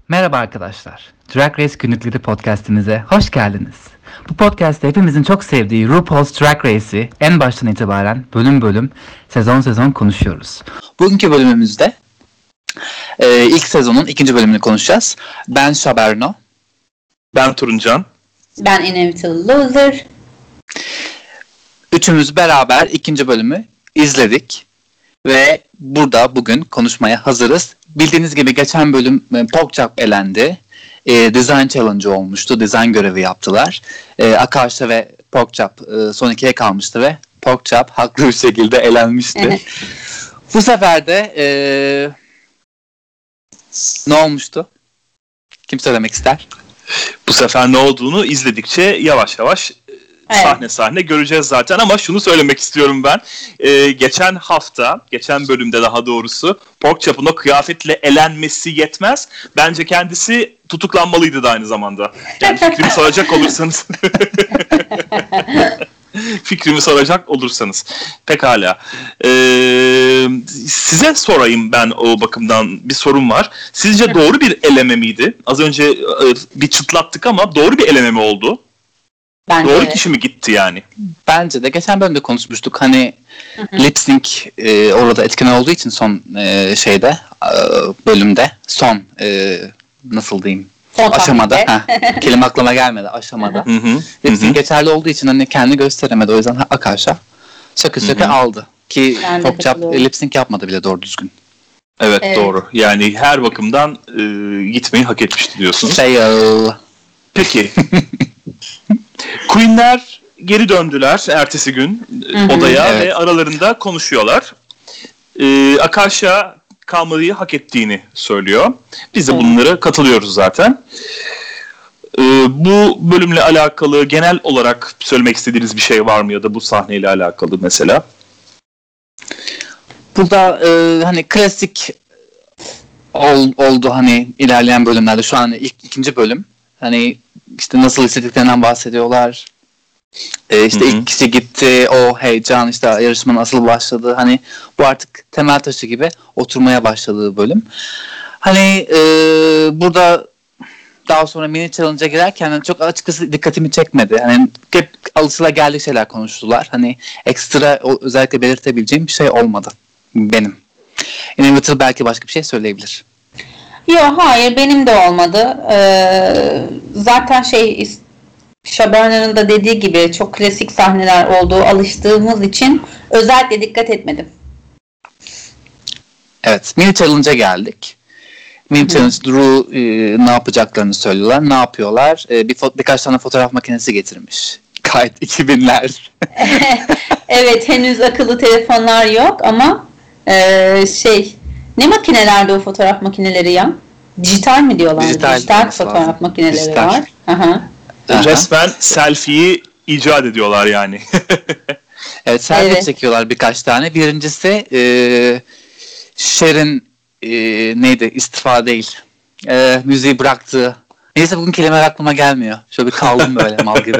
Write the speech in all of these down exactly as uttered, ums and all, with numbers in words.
Merhaba arkadaşlar. Drag Race Günlükleri podcastimize hoş geldiniz. Bu podcastte hepimizin çok sevdiği RuPaul's Drag Race'i en baştan itibaren bölüm bölüm, sezon sezon konuşuyoruz. Bugünkü bölümümüzde e, ilk sezonun ikinci bölümünü konuşacağız. Ben Şaberno. Ben Turuncan. Ben Inevitable Loser. Üçümüz beraber ikinci bölümü izledik. Ve burada bugün konuşmaya hazırız. Bildiğiniz gibi geçen bölüm e, Porkchop elendi. E, design challenge olmuştu. Design görevi yaptılar. E, Akasha ve Porkchop e, son ikiye kalmıştı ve Porkchop haklı bir şekilde elenmişti. Bu sefer de e, ne olmuştu? Kim söylemek ister? Bu sefer ne olduğunu izledikçe yavaş yavaş evet. sahne sahne göreceğiz zaten, ama şunu söylemek istiyorum ben. Ee, geçen hafta, geçen bölümde daha doğrusu Porkchop'un o kıyafetle elenmesi yetmez. Bence kendisi tutuklanmalıydı da aynı zamanda. Yani fikrimi soracak olursanız. Fikrimi soracak olursanız. Pekala. Ee, size sorayım ben o bakımdan, bir sorum var. Sizce doğru bir eleme miydi? Az önce e, bir çıtlattık ama doğru bir eleme mi oldu? Bence doğru evet. kişi mi gitti yani? Bence de. Geçen bölümde konuşmuştuk. Hani lip sync e, orada etkin olduğu için son e, şeyde e, bölümde son e, nasıl diyeyim? Son aşamada. Heh, kelime aklıma gelmedi. Aşamada. Lip sync geçerli olduğu için hani kendi gösteremedi. O yüzden Akasha şakır şakır aldı. Ki Porkchop lip sync yapmadı bile doğru düzgün. Evet, evet. Doğru. Yani her bakımdan e, gitmeyi hak etmişti diyorsunuz. Fail. Peki. Queen'ler geri döndüler ertesi gün Hı-hı, odaya evet. ve aralarında konuşuyorlar. Ee, Akasha kalmayı hak ettiğini söylüyor. Biz de Hı-hı. bunlara katılıyoruz zaten. Ee, bu bölümle alakalı genel olarak söylemek istediğiniz bir şey var mı, ya da bu sahneyle alakalı mesela? Burada e, hani klasik ol, oldu hani ilerleyen bölümlerde. Şu an ilk ikinci bölüm. Hani işte nasıl hissettiklerinden bahsediyorlar. Ee, işte Hı-hı. ilk kişi gitti, o heyecan, işte yarışmanın asıl başladığı, hani bu artık temel taşı gibi oturmaya başladığı bölüm. Hani e, burada daha sonra mini challenge'a girerken yani çok açıkçası dikkatimi çekmedi. Hani hep alışılageldik şeyler konuştular. Hani ekstra özellikle belirtebileceğim bir şey olmadı benim. Inevitable belki başka bir şey söyleyebilir. Yok, hayır, benim de olmadı. Ee, zaten şey Şaberno'nun da dediği gibi çok klasik sahneler olduğu alıştığımız için özellikle dikkat etmedim. Evet, mini challenge'a geldik. Mini challenge Drew e, ne yapacaklarını söylüyorlar. Ne yapıyorlar? E, bir fo- birkaç tane fotoğraf makinesi getirmiş. Gayet iki binler. Evet, henüz akıllı telefonlar yok ama e, şey ne makinelerde o fotoğraf makineleri ya? Dijital mi diyorlar? Dijital, Dijital fotoğraf lazım. makineleri Dijital. var. Aha. Resmen selfie'yi icat ediyorlar yani. Evet, selfie evet. çekiyorlar birkaç tane. Birincisi e, Cher'in e, neydi? İstifa değil. E, müziği bıraktığı. Neyse bugün kelimeler aklıma gelmiyor. Şöyle bir kaldım böyle mal gibi.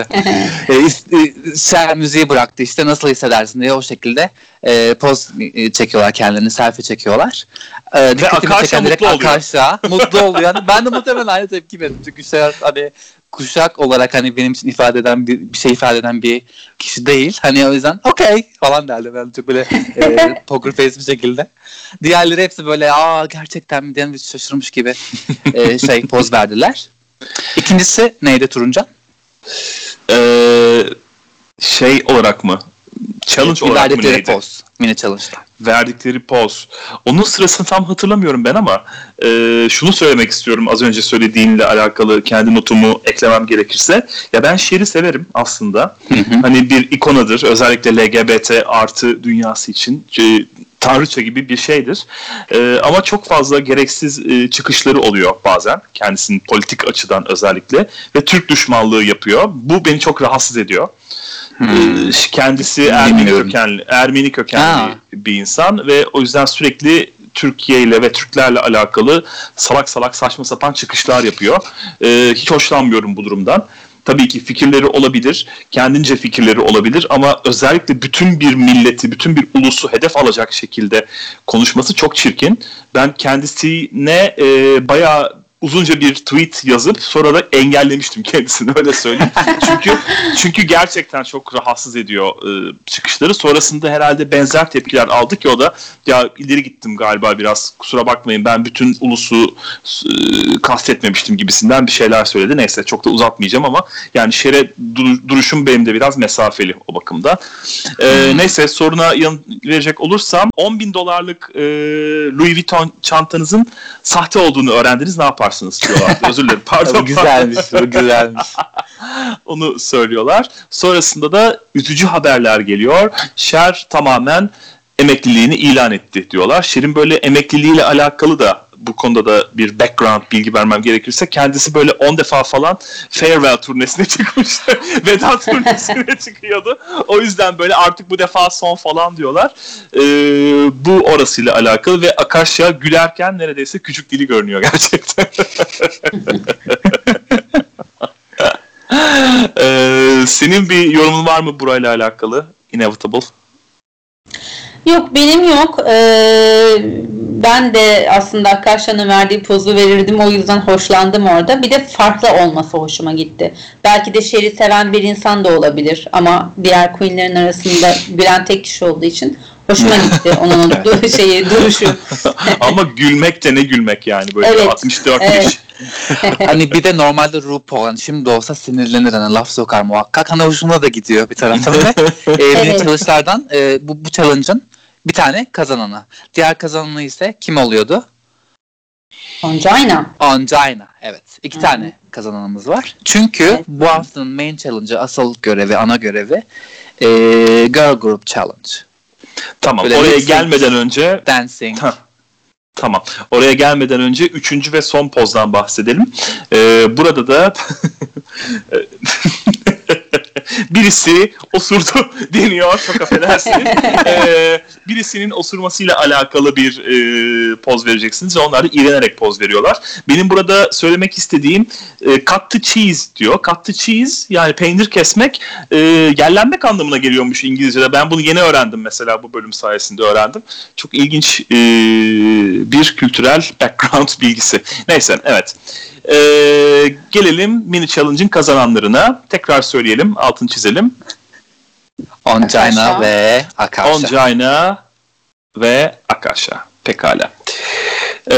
e, Cher müziği bıraktı, işte nasıl hissedersin diye o şekilde e, poz çekiyorlar kendilerini, selfie çekiyorlar. E, Ve Akasha mutlu oluyor. Akasha mutlu oluyor. Yani ben de muhtemelen aynı tepki verdim. Çünkü Cher hani kuşak olarak hani benim için ifade eden bir, bir şey ifade eden bir kişi değil. Hani o yüzden okey falan derdi. Ben çok böyle e, poker face bir şekilde. Diğerleri hepsi böyle aa gerçekten mi diyen bir şaşırmış gibi e, şey poz verdiler. İkincisi neydi Turuncan? Ee, şey olarak mı? Challenge olarak mı neydi? Poz. Mini challenge'da. Verdikleri poz. Onun sırasını tam hatırlamıyorum ben ama e, şunu söylemek istiyorum, az önce söylediğinle alakalı kendi notumu eklemem gerekirse. Ya ben Cher'i severim aslında. Hı hı. Hani bir ikonadır. Özellikle L G B T artı dünyası için. E, tanrıça gibi bir şeydir. E, ama çok fazla gereksiz e, çıkışları oluyor bazen. Kendisinin politik açıdan özellikle. Ve Türk düşmanlığı yapıyor. Bu beni çok rahatsız ediyor. Hmm. Kendisi Ermeni kökenli, Ermeni kökenli ha. bir insan ve o yüzden sürekli Türkiye ile ve Türklerle alakalı salak salak saçma sapan çıkışlar yapıyor. Ee, hiç hoşlanmıyorum bu durumdan. Tabii ki fikirleri olabilir, kendince fikirleri olabilir ama özellikle bütün bir milleti, bütün bir ulusu hedef alacak şekilde konuşması çok çirkin. Ben kendisine e, bayağı uzunca bir tweet yazıp sonra da engellemiştim kendisini, öyle söyleyeyim. çünkü çünkü gerçekten çok rahatsız ediyor e, çıkışları. Sonrasında herhalde benzer tepkiler aldı ki o da ya ileri gittim galiba biraz, kusura bakmayın ben bütün ulusu e, kastetmemiştim gibisinden bir şeyler söyledi. Neyse çok da uzatmayacağım ama yani Cher'e dur- duruşum benim de biraz mesafeli o bakımda. E, hmm. Neyse soruna yanıt verecek olursam on bin dolarlık e, Louis Vuitton çantanızın sahte olduğunu öğrendiniz, ne yaparsınız diyorlar. Özür dilerim. Pardon. Bu güzelmiş. Bu güzelmiş. Onu söylüyorlar. Sonrasında da üzücü haberler geliyor. Cher tamamen emekliliğini ilan etti diyorlar. Cher'in böyle emekliliğiyle alakalı da bu konuda da bir background bilgi vermem gerekirse, kendisi böyle on defa falan farewell turnesine çıkmıştı. Veda turnesine çıkıyordu. O yüzden böyle artık bu defa son falan diyorlar. Ee, bu orasıyla alakalı ve Akasha gülerken neredeyse küçük dili görünüyor gerçekten. ee, senin bir yorumun var mı burayla alakalı? Inevitable. Yok, benim yok. Ee, ben de aslında Akasha'nın verdiği pozu verirdim. O yüzden hoşlandım orada. Bir de farklı olması hoşuma gitti. Belki de Cher'i seven bir insan da olabilir. Ama diğer Queen'lerin arasında bilen tek kişi olduğu için hoşuma gitti onun şeyi, duruşu. Ama gülmek de ne gülmek yani, böyle evet, altmış dört evet. yaş. Hani bir de normalde RuPaul hani şimdi olsa sinirlenir, hani laf sokar muhakkak. Hani hoşuna da gidiyor bir taraftan ve e, Evet. challenge'lardan e, bu, bu challenge'ın bir tane kazananı. Diğer kazananı ise kim oluyordu? Ongina. Ongina. Evet. İki Hı-hı. tane kazananımız var. Çünkü Evet. bu haftanın main challenge'ı, asıl görevi, ana görevi e, Girl Group Challenge. Tamam. Böyle oraya lip-sync, gelmeden önce dancing. Tamam. Oraya gelmeden önce üçüncü ve son pozdan bahsedelim. Ee, burada da birisi osurdu deniyor. Çok affedersiniz. Ee, birisinin osurmasıyla alakalı bir e, poz vereceksiniz ve onlar da iğrenerek poz veriyorlar. Benim burada söylemek istediğim e, cut the cheese diyor. Cut the cheese yani peynir kesmek, e, yerlenmek anlamına geliyormuş İngilizce'de. Ben bunu yeni öğrendim mesela, bu bölüm sayesinde öğrendim. Çok ilginç e, bir kültürel background bilgisi. Neyse, evet. Ee, gelelim mini challenge'ın kazananlarına. Tekrar söyleyelim, altını çizelim. Ongina Akasha. ve Akasha. Ongina ve Akasha. Pekala. Ee,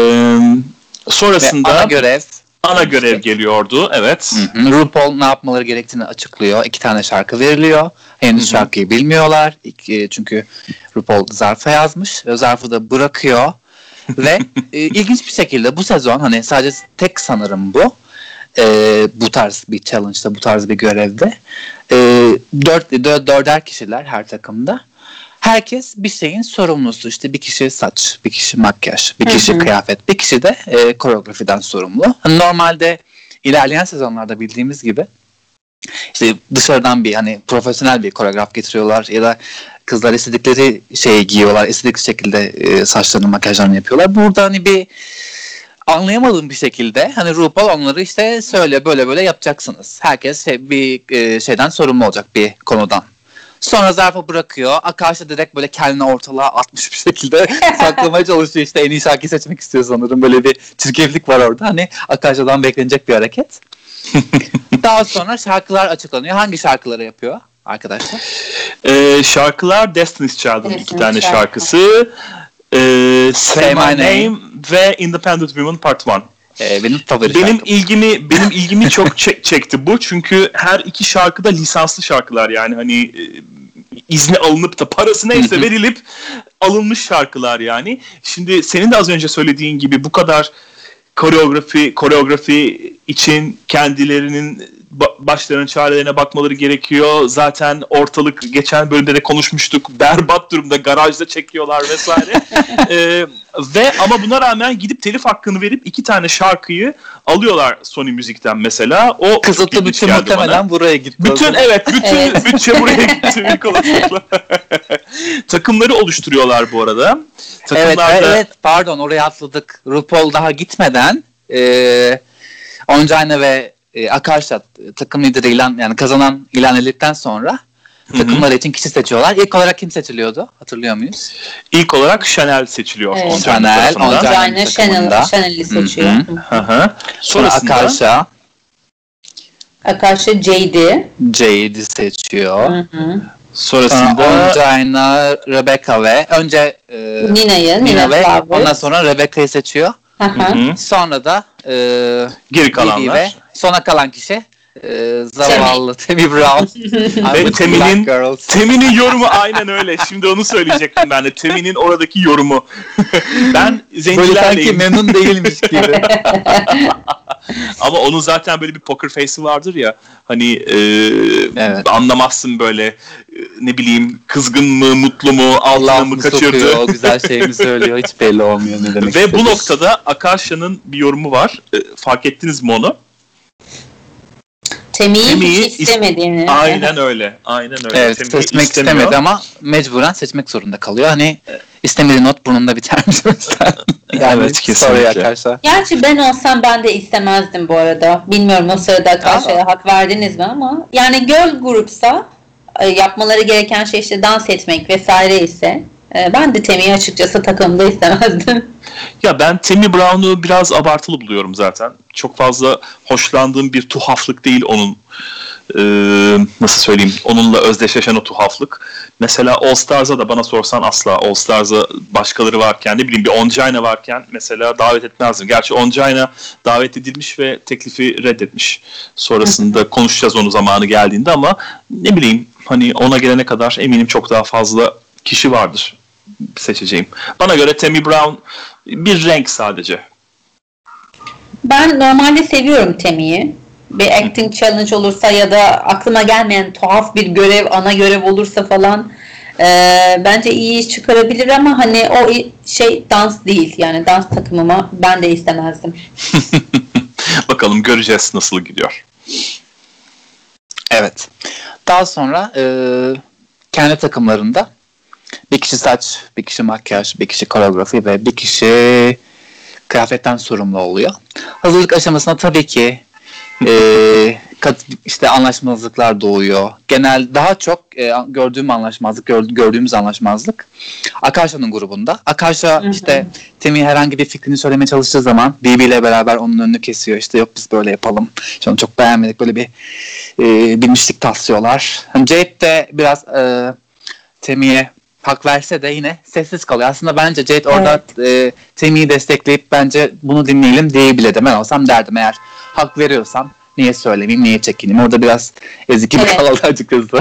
sonrasında Ve ana görev. ana görev geliyordu. Evet. Hı hı. RuPaul ne yapmaları gerektiğini açıklıyor. İki tane şarkı veriliyor. Henüz Hı hı. şarkıyı bilmiyorlar. İki, çünkü RuPaul zarfa yazmış. Ve zarfı da bırakıyor. Ve e, ilginç bir şekilde bu sezon hani sadece tek sanırım bu. E, bu tarz bir challenge'da, bu tarz bir görevde. E, dört, dö, dörder kişiler her takımda. Herkes bir şeyin sorumlusu. İşte bir kişi saç, bir kişi makyaj, bir kişi Hı hı. kıyafet, bir kişi de e, koreografiden sorumlu. Hani normalde ilerleyen sezonlarda bildiğimiz gibi işte dışarıdan bir hani profesyonel bir koreograf getiriyorlar ya da kızlar istedikleri şeyi giyiyorlar, istedikleri şekilde e, saçlarını, makyajlarını yapıyorlar. Burada hani bir anlayamadığım bir şekilde hani RuPaul onları işte söyle böyle böyle yapacaksınız. Herkes şey, bir e, şeyden sorumlu olacak, bir konudan. Sonra zarfı bırakıyor. Akasha direkt böyle kendini ortalığa atmış bir şekilde saklamaya çalışıyor. İşte en iyi şarkıyı seçmek istiyor sanırım. Böyle bir çirkeflik var orada. Hani Akasha'dan beklenecek bir hareket. Daha sonra şarkılar açıklanıyor. Hangi şarkıları yapıyor arkadaşlar? Ee, şarkılar Destiny's Child'ın Destiny's iki tane Child. şarkısı. Ee, Say, Say My My Name, Name ve Independent Women Part bir. Ee, benim favori Benim şarkım. ilgimi benim ilgimi çok çek, çekti bu. Çünkü her iki şarkı da lisanslı şarkılar, yani hani e, izni alınıp da parası neyse verilip alınmış şarkılar yani. Şimdi senin de az önce söylediğin gibi bu kadar koreografi koreografi için kendilerinin başlarının çarelerine bakmaları gerekiyor. Zaten ortalık geçen bölümde de konuşmuştuk. Berbat durumda, garajda çekiyorlar vesaire. ee, ve ama buna rağmen gidip telif hakkını verip iki tane şarkıyı alıyorlar Sony Müzik'ten mesela. O Kısıtlı bütçe geldi muhtemelen bana. buraya gitti. Bütün evet bütün Evet. bütçe buraya gitti büyük olasılıkla. Takımları oluşturuyorlar bu arada. Evet, Takımlarda evet pardon oraya atladık. RuPaul daha gitmeden e, Ongina ve e, Akasha takım lideri ilan yani kazanan ilan edildikten sonra takımları için kişi seçiyorlar. İlk olarak kim seçiliyordu? Hatırlıyor muyuz? İlk olarak Chanel seçiliyor. Evet. Onjayna Chanel, tarafından. Onjayna Onjayna takımında. Chanel, Chanel'i seçiyor. Hı hı. Hı hı. Sonra Sonrasında Akasha, Akasha Jade. Jade'i seçiyor. Hı hı. sonrasında Sonra Onjayna, Rebecca ve önce e, Nina'yı, Nina Nina ve Flowers. ondan sonra Rebecca'yı seçiyor. Hı hı. Hı hı. Sonra da e, geri Bibi kalanlar. ve sona kalan kişi e, zavallı Tammy Brown. Ve I'm with Tammy'nin- black girls. Temi'nin yorumu aynen öyle. Şimdi onu söyleyecektim ben de. Temi'nin oradaki yorumu. Ben Böyle sanki zencilerleyim. memnun değilmiş gibi. Ama onun zaten böyle bir poker face'i vardır ya. Hani e, Evet. anlamazsın böyle e, ne bileyim kızgın mı, mutlu mu, altına Allah mı mı kaçırdı. sokuyor, o güzel şey mi söylüyor, hiç belli olmuyor ne demek Ve bu istediği. noktada Akasha'nın bir yorumu var. E, fark ettiniz mi onu? Temi'yi Temi'yi hiç is- istemediğini. Aynen öyle. Aynen öyle. Evet, Temi seçmek istemiyor. istemedi ama mecburen seçmek zorunda kalıyor. Hani istemediği not burnunda bitermiş o yüzden. Yani Evet, sorry kesinlikle. arkadaşlar. Gerçi ben olsam ben de istemezdim bu arada. Bilmiyorum o sırada Akasha'ya hak verdiniz mi ama. Yani girl grupsa e, yapmaları gereken şey işte dans etmek vesaire ise e, ben de Temi'yi açıkçası takımda istemezdim. Ya ben Tammy Brown'u biraz abartılı buluyorum zaten. Çok fazla hoşlandığım bir tuhaflık değil onun. Ee, nasıl söyleyeyim? Onunla özdeşleşen o tuhaflık. Mesela All Stars'a da bana sorsan asla All Stars'a başkaları varken, ne bileyim bir Onjayna varken mesela davet etmezdim. Gerçi Onjayna davet edilmiş ve teklifi reddetmiş. Sonrasında konuşacağız onu zamanı geldiğinde ama ne bileyim hani ona gelene kadar eminim çok daha fazla kişi vardır seçeceğim. Bana göre Tammy Brown bir renk sadece. Ben normalde seviyorum Temi'yi. Bir acting challenge olursa ya da aklıma gelmeyen tuhaf bir görev, ana görev olursa falan e, bence iyi iş çıkarabilir ama hani o i- şey dans değil. Yani dans takımıma ben de istemezdim. Bakalım göreceğiz nasıl gidiyor. Evet. Daha sonra e, kendi takımlarında bir kişi saç, bir kişi makyaj, bir kişi koreografi ve bir kişi kıyafetten sorumlu oluyor. Hazırlık aşamasında tabii ki e, kat, işte anlaşmazlıklar doğuyor. Genel daha çok e, gördüğüm anlaşmazlık, gör, gördüğümüz anlaşmazlık Akasha'nın grubunda. Akasha Hı hı. işte Temi herhangi bir fikrini söylemeye çalıştığı zaman Bibi ile beraber onun önünü kesiyor. İşte yok biz böyle yapalım. İşte onu çok beğenmedik. Böyle bir e, bilmişlik taslıyorlar. Hani Jade de biraz e, Temi'ye hak verse de yine sessiz kalıyor. Aslında bence Jade orada e, Temi'yi destekleyip bence bunu dinleyelim diyebilirdim. Ben olsam derdim eğer hak veriyorsam niye söylemeyeyim, niye çekineyim. Orada biraz ezik gibi Evet. kaldı açıkçası.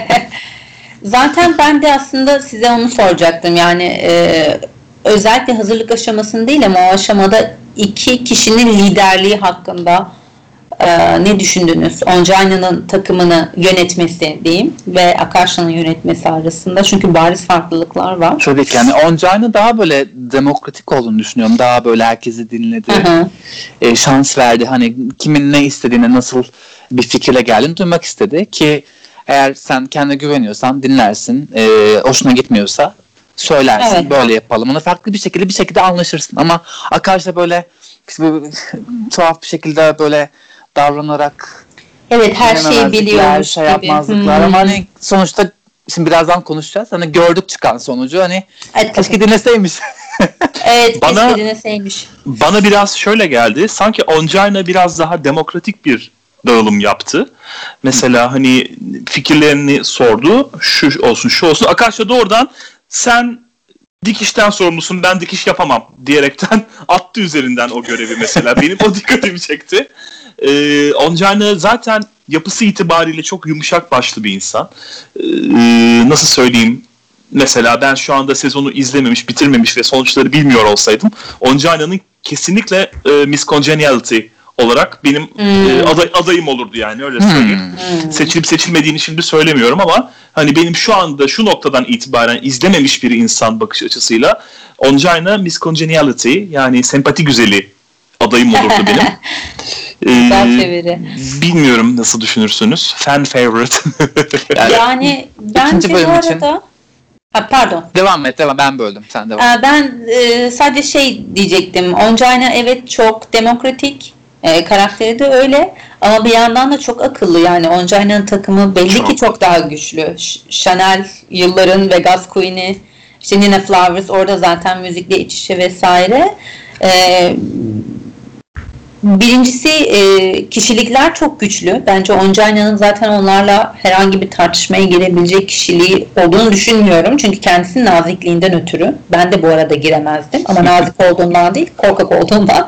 Zaten ben de aslında size onu soracaktım. Yani e, özellikle hazırlık aşamasında değil ama o aşamada iki kişinin liderliği hakkında e, ne düşündünüz? Onjayna'nın takımını yönetmesi diyeyim ve Akasha'nın yönetmesi arasında. Çünkü bariz farklılıklar var. Tabii ki yani Onjayna daha böyle demokratik olduğunu düşünüyorum. Daha böyle herkesi dinledi. Hı hı. E, şans verdi. Hani kimin ne istediğine nasıl bir fikirle geldiğini duymak istedi ki eğer sen kendine güveniyorsan dinlersin. E, hoşuna gitmiyorsa söylersin. Evet. Böyle yapalım. Ona farklı bir şekilde bir şekilde anlaşırsın. Ama Akash'la böyle işte böyle tuhaf bir şekilde böyle davranarak Evet, her şeyi dinlememezlikler, biliyormuş şey gibi. yapmazlıklar Hmm. ama hani sonuçta şimdi birazdan konuşacağız. Hani gördük çıkan sonucu hani Evet, keşke dinleseymiş. evet Bana- keşke dinleseymiş. Bana biraz şöyle geldi. Sanki Onjayna biraz daha demokratik bir dağılım yaptı. Mesela hani fikirlerini sordu. Şu olsun şu olsun. Akasha doğrudan sen dikişten sorumlusun ben dikiş yapamam diyerekten attı üzerinden o görevi mesela. Benim o dikkatimi çekti. Ee, Onjayna zaten yapısı itibariyle çok yumuşak başlı bir insan. Ee, nasıl söyleyeyim? Mesela ben şu anda sezonu izlememiş, bitirmemiş ve sonuçları bilmiyor olsaydım Onjayna'nın kesinlikle e, Miss Congeniality olarak benim Hmm. e, aday, adayım olurdu yani öyle söyleyeyim. Hmm. Seçilip seçilmediğini şimdi söylemiyorum ama hani benim şu anda şu noktadan itibaren izlememiş bir insan bakış açısıyla Onjayna Miss Congeniality yani sempati güzeli adayım olurdu benim. Güzel Ee, çeviri. bilmiyorum nasıl düşünürsünüz. Fan favorite. Yani, Yani bence ikinci bu bölüm arada... için- Ha, pardon. devam et devam ben böldüm sen devam. Ee, Ben e, sadece şey diyecektim. Onjayna evet çok demokratik. E, karakteri de öyle. Ama bir yandan da çok akıllı yani. Onjaina'nın takımı belli Çok. ki çok daha güçlü. Ş- Chanel yılların Vegas Queen'i, işte Nina Flowers orada zaten müzikle iç içe vesaire. Ee, birincisi e, kişilikler çok güçlü. Bence Onjaina'nın zaten onlarla herhangi bir tartışmaya girebilecek kişiliği olduğunu düşünmüyorum. Çünkü kendisinin nazikliğinden ötürü. Ben de bu arada giremezdim. Ama nazik olduğundan değil, korkak olduğundan.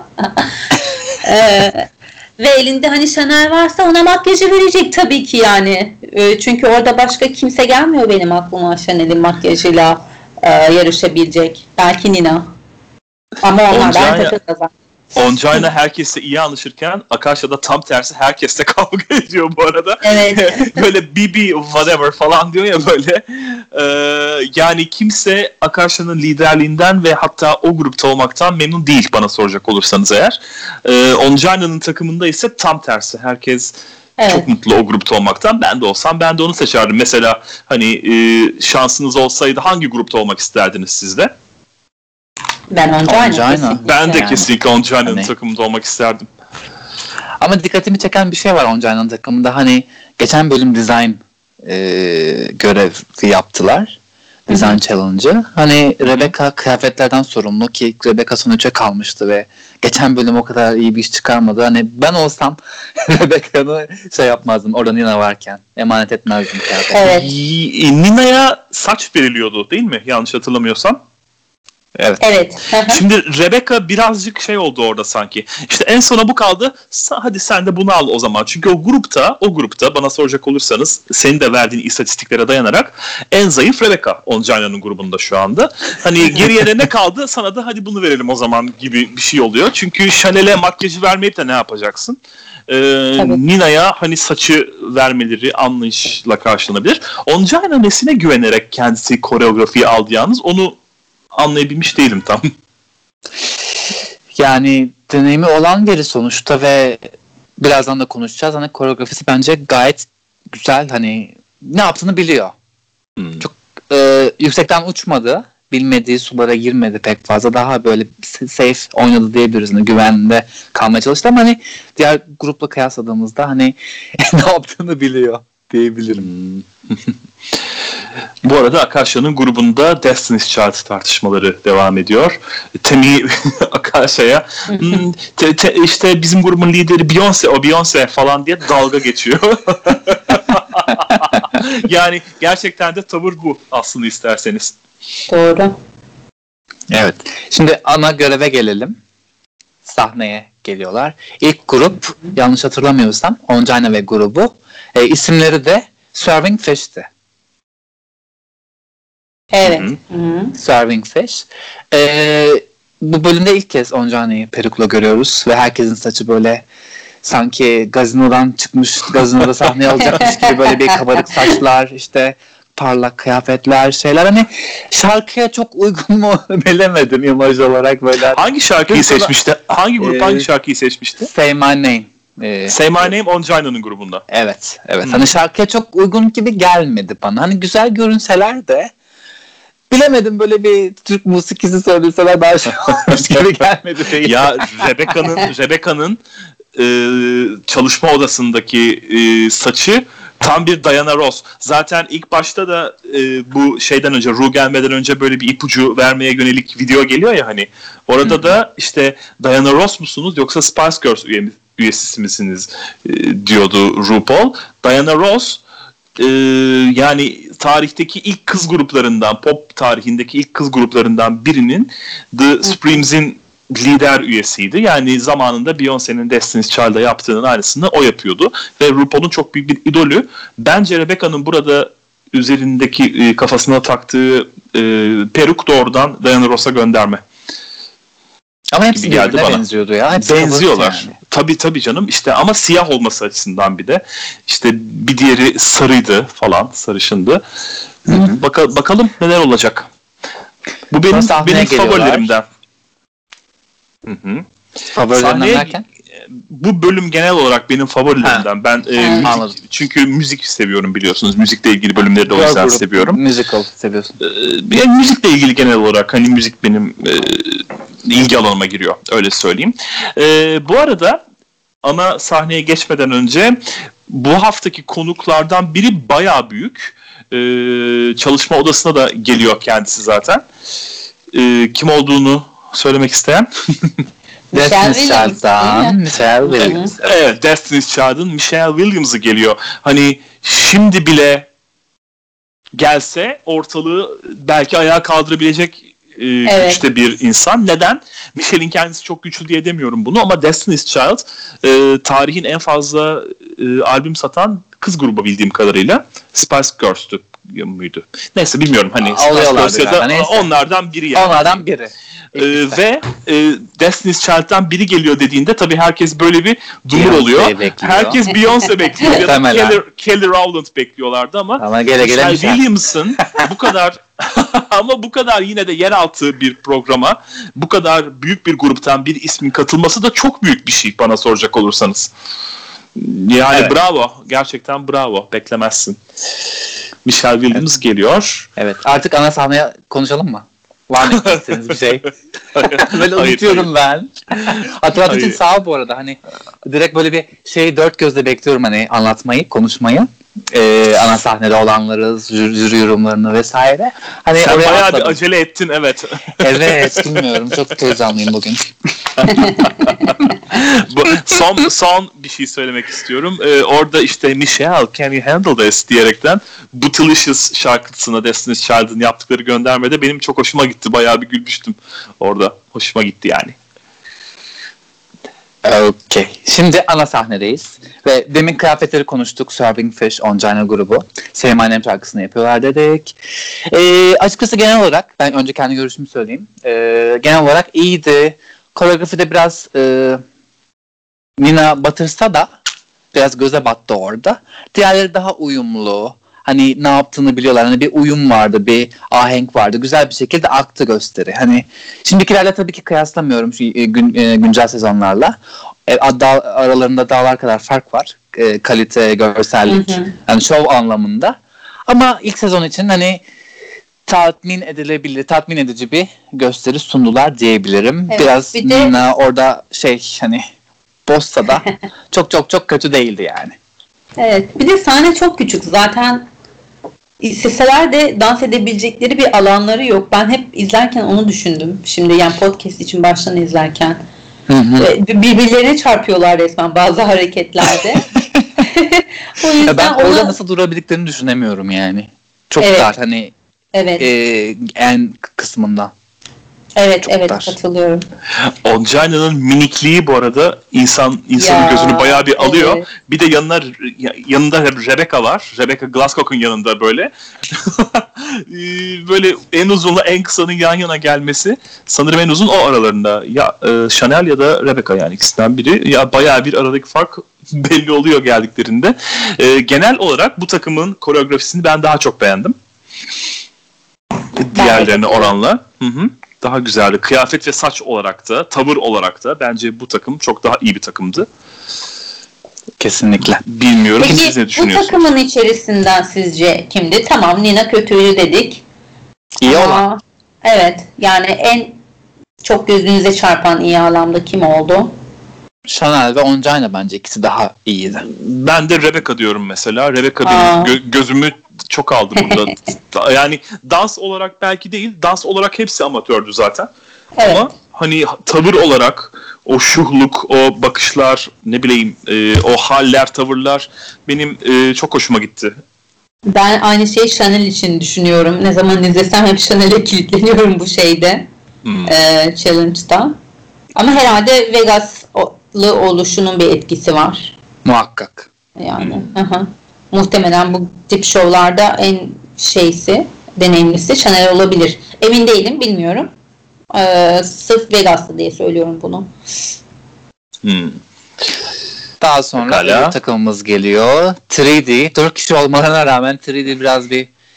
Ee, ve elinde hani Chanel varsa ona makyajı verecek tabii ki yani. Ee, çünkü orada başka kimse gelmiyor benim aklıma Chanel'in makyajıyla e, yarışabilecek. Belki Nina. Ama onlardan Onjaina- takır kazan. Onjaina herkesle iyi anlaşırken Akashia'da tam tersi herkesle kavga ediyor bu arada. Evet. Böyle Bibi whatever falan diyor ya böyle. Ee, yani kimse Akashia'nın liderliğinden ve hatta o grupta olmaktan memnun değil bana soracak olursanız eğer. Ee, Onjaina'nın takımında ise tam tersi. Herkes Evet. çok mutlu o grupta olmaktan. Ben de olsam ben de onu seçerdim. Mesela hani e, şansınız olsaydı hangi grupta olmak isterdiniz siz de? Ben Onjaina. Onjaina. kesinlikle Ben de yani. kesinlikle Onjaina'nın Hani- takımında olmak isterdim. Ama dikkatimi çeken bir şey var Onjaina'nın takımında. Hani geçen bölüm design e, görevi yaptılar. Design challenge'ı. Hani Rebecca kıyafetlerden sorumlu ki Rebecca son üçe kalmıştı ve geçen bölüm o kadar iyi bir iş çıkarmadı. Hani ben olsam Rebecca'nı şey yapmazdım. Orada Nina varken. Emanet etmezdim kıyafeti. Evet. Y- Nina'ya saç veriliyordu değil mi? Yanlış hatırlamıyorsam. Evet. Evet. Şimdi Rebecca birazcık şey oldu orada sanki. İşte en sona bu kaldı. Sa- Hadi sen de bunu al o zaman. Çünkü o grupta, o grupta bana soracak olursanız senin de verdiğin istatistiklere dayanarak en zayıf Rebecca Onjaina'nın grubunda şu anda. Hani geriye de ne kaldı? Sana da hadi bunu verelim o zaman gibi bir şey oluyor. Çünkü Chanel'e makyajı vermeyip de ne yapacaksın? Ee, Nina'ya hani saçı vermeleri anlayışla karşılanabilir. Onjaina nesine güvenerek kendisi koreografiyi aldı yalnız onu anlayabilmiş değilim tam. Yani deneyimi olan biri sonuçta ve birazdan da konuşacağız. Hani koreografisi bence gayet güzel. Hani ne yaptığını biliyor. Hmm. Çok e, yüksekten uçmadı. Bilmediği sulara girmedi pek fazla. Daha böyle safe oynadı diyebiliriz. Hani güvende kalmaya çalıştı ama hani diğer grupla kıyasladığımızda hani ne yaptığını biliyor diyebilirim. Bu arada Akashia'nın grubunda Destiny's Child tartışmaları devam ediyor. Temi Akashia'ya "Hmm, te, te, işte bizim grubun lideri Beyoncé, o Beyoncé falan diye dalga geçiyor. Yani gerçekten de tavır bu aslında isterseniz. Doğru. Evet. Şimdi ana göreve gelelim. Sahneye geliyorlar. İlk grup yanlış hatırlamıyorsam Onjaina ve grubu. E, isimleri de Serving Fish'ti. Evet. Hı hı. Hı-hı. Serving Fish. E, bu bölümde ilk kez Onjaina'yı perukla görüyoruz ve herkesin saçı böyle sanki gazinodan çıkmış, gazinoda sahneye alacakmış gibi böyle bir kabarık saçlar, işte parlak kıyafetler, şeyler. Hani şarkıya çok uygun mu bilemedim imaj olarak böyle. Hangi şarkıyı Kız sana- seçmişti? Hangi grup Ee, hangi şarkıyı seçmişti? Say My Name. Ee, Say My Name Onjaina'nın grubunda. Evet, evet. Hmm. Hani şarkıya çok uygun gibi gelmedi bana. Hani güzel görünseler de bilemedim, böyle bir Türk musikisi söyleseler daha şey olmuş gibi gelmedi değil. Ya Rebecca'nın Rebecca'nın e, çalışma odasındaki e, saçı tam bir Diana Ross. Zaten ilk başta da e, bu şeyden önce, Ru gelmeden önce böyle bir ipucu vermeye yönelik video geliyor ya hani. Orada da işte Diana Ross musunuz yoksa Spice Girls üye, üyesi misiniz e, diyordu RuPaul. Diana Ross e, yani tarihteki ilk kız gruplarından, pop tarihindeki ilk kız gruplarından birinin The Supremes'in lider üyesiydi. Yani zamanında Beyoncé'nin Destiny's Child'a yaptığının aynısını o yapıyordu. Ve RuPaul'un çok büyük bir idolü. Bence Rebecca'nın burada üzerindeki e, kafasına taktığı e, peruk doğrudan Diana Ross'a gönderme. Ama hepsi gibi geldi birbirine bana. benziyordu ya. Hepsi Benziyorlar. kabarık yani. Tabii tabii canım. İşte ama siyah olması açısından bir de. İşte bir diğeri sarıydı falan. Sarışındı. Baka, bakalım neler olacak. Bu benim, sahneye benim geliyorlar. favorilerimden. Hı hı. Favorilerinden Sahneye- derken? Bu bölüm genel olarak benim favorilerimden. Ben e, Ha. müzik, Anladım. çünkü müzik seviyorum biliyorsunuz. Müzikle ilgili bölümleri de o yüzden Girl group, seviyorum. Musical seviyorsun. Ee, yani müzikle ilgili genel olarak hani müzik benim e, ilgi alanıma giriyor. Öyle söyleyeyim. E, bu arada ana sahneye geçmeden önce bu haftaki konuklardan biri bayağı büyük. Ee, çalışma odasına da geliyor kendisi zaten. Ee, kim olduğunu söylemek isteyen? Destiny's Child'dan Michelle Williams. Evet, Destiny's Child'ın Michelle Williams'ı geliyor. Hani şimdi bile gelse ortalığı belki ayağa kaldırabilecek e, evet. güçte bir insan. Neden? Michelle'in kendisi çok güçlü diye demiyorum bunu ama Destiny's Child e, tarihin en fazla e, albüm satan kız grubu bildiğim kadarıyla. Spice Girls'tü müydü? Neyse bilmiyorum. Hani Spice Girls ya da onlardan biri yani. Onlardan biri. Ee, ve e, Destiny's Child'dan biri geliyor dediğinde tabii herkes böyle bir dumur oluyor. Bekliyor. Herkes Beyoncé bekliyor. Ya da Kelly, Kelly Rowland bekliyorlardı ama, ama gele gele Michelle Williams'ın bu kadar ama bu kadar yine de yeraltı bir programa bu kadar büyük bir gruptan bir ismin katılması da çok büyük bir şey bana soracak olursanız. Yani evet. Bravo. Gerçekten bravo. Beklemezsin. Michelle Williams evet. geliyor. Evet. Artık ana sahneye konuşalım mı? Var mı istediğiniz bir şey? Böyle unutuyorum ben. Hatırlatmak için sağ ol bu arada. Hani direkt böyle bir şey dört gözle bekliyorum hani anlatmayı, konuşmayı. Ee, ana sahnede olanları, jüri, jüri yorumlarını vesaire. Hani sen bayağı atladım. Bir acele ettin evet. Evet bilmiyorum. Çok heyecanlıyım bugün. Bu, son son bir şey söylemek istiyorum. Ee, orada işte Michelle, can you handle this diyerekten Bootylicious şarkısına Destiny's Child'ın yaptıkları göndermede benim çok hoşuma gitti. Bayağı bir gülmüştüm orada. Hoşuma gitti yani. Okey. Şimdi ana sahnedeyiz. Ve demin kıyafetleri konuştuk. Serving Fish, Ongina grubu. Say My Name şarkısını yapıyorlar dedik. Ee, açıkçası genel olarak, ben önce kendi görüşümü söyleyeyim. Ee, genel olarak iyiydi. Koreografide biraz e, Nina batırsa da biraz göze battı orada. Diğerleri daha uyumlu. Hani ne yaptığını biliyorlar. Hani bir uyum vardı, bir ahenk vardı. Güzel bir şekilde aktı gösteri. Hani şimdikilerle tabii ki kıyaslamıyorum şu gün, güncel sezonlarla. E, da, aralarında dağlar kadar fark var. E, kalite, görsellik, hı hı. Yani şov anlamında. Ama ilk sezon için hani tatmin edilebilir, tatmin edici bir gösteri sundular diyebilirim. Evet, biraz bir de... Nina orada şey hani bozsa da çok çok çok kötü değildi yani. Evet, bir de sahne çok küçük. Zaten isteseler de dans edebilecekleri bir alanları yok. Ben hep izlerken onu düşündüm. Şimdi yani podcast için baştan izlerken. Hı hı. Birbirlerine çarpıyorlar resmen bazı hareketlerde. O yüzden ya ben orada ona... nasıl durabildiklerini düşünemiyorum yani. Çok evet. dar hani evet. e, en kısmından. Evet çok evet dar. Katılıyorum. Ongina'nın minikliği bu arada insan insanın ya, gözünü bayağı bir alıyor. Evet. Bir de yanına yanında Rebecca var. Rebecca Glasscock'un yanında böyle. Böyle en uzunla en kısanın yan yana gelmesi sanırım en uzun o aralarında. Ya e, Chanel ya da Rebecca yani ikisinden biri. Ya bayağı bir aradaki fark belli oluyor geldiklerinde. E, genel olarak bu takımın koreografisini ben daha çok beğendim. Diğerlerine oranla. Hı hı. Daha güzeldi. Kıyafet ve saç olarak da, tavır olarak da bence bu takım çok daha iyi bir takımdı. Kesinlikle. Bilmiyorum. Peki, siz ne düşünüyorsunuz? Bu takımın içerisinden sizce kimdi? Tamam Nina kötüydü dedik. İyi Ama, olan. Evet. Yani en çok gözünüze çarpan iyi anlamda kim oldu? Chanel ve Ongina bence ikisi daha iyiydi. Ben de Rebecca diyorum mesela. Rebecca benim gö- gözümü çok aldı burada. Yani dans olarak belki değil, dans olarak hepsi amatördü zaten. Evet. Ama hani tavır olarak o şuhluk, o bakışlar, ne bileyim e, o haller, tavırlar benim e, çok hoşuma gitti. Ben aynı şeyi Chanel için düşünüyorum. Ne zaman izlesem hep Chanel'e kilitleniyorum bu şeyde. Hmm. E, challenge'da. Ama herhalde Vegas'lı oluşunun bir etkisi var. Muhakkak. Yani. Hmm. Hı. Muhtemelen bu tip şovlarda en şeysi, deneyimlisi Chanel olabilir. Emin değilim, bilmiyorum. Ee, sırf Vegas'lı diye söylüyorum bunu. Hmm. Daha sonra bir takımımız geliyor. üç D. dört kişi olmalarına rağmen üç D biraz bir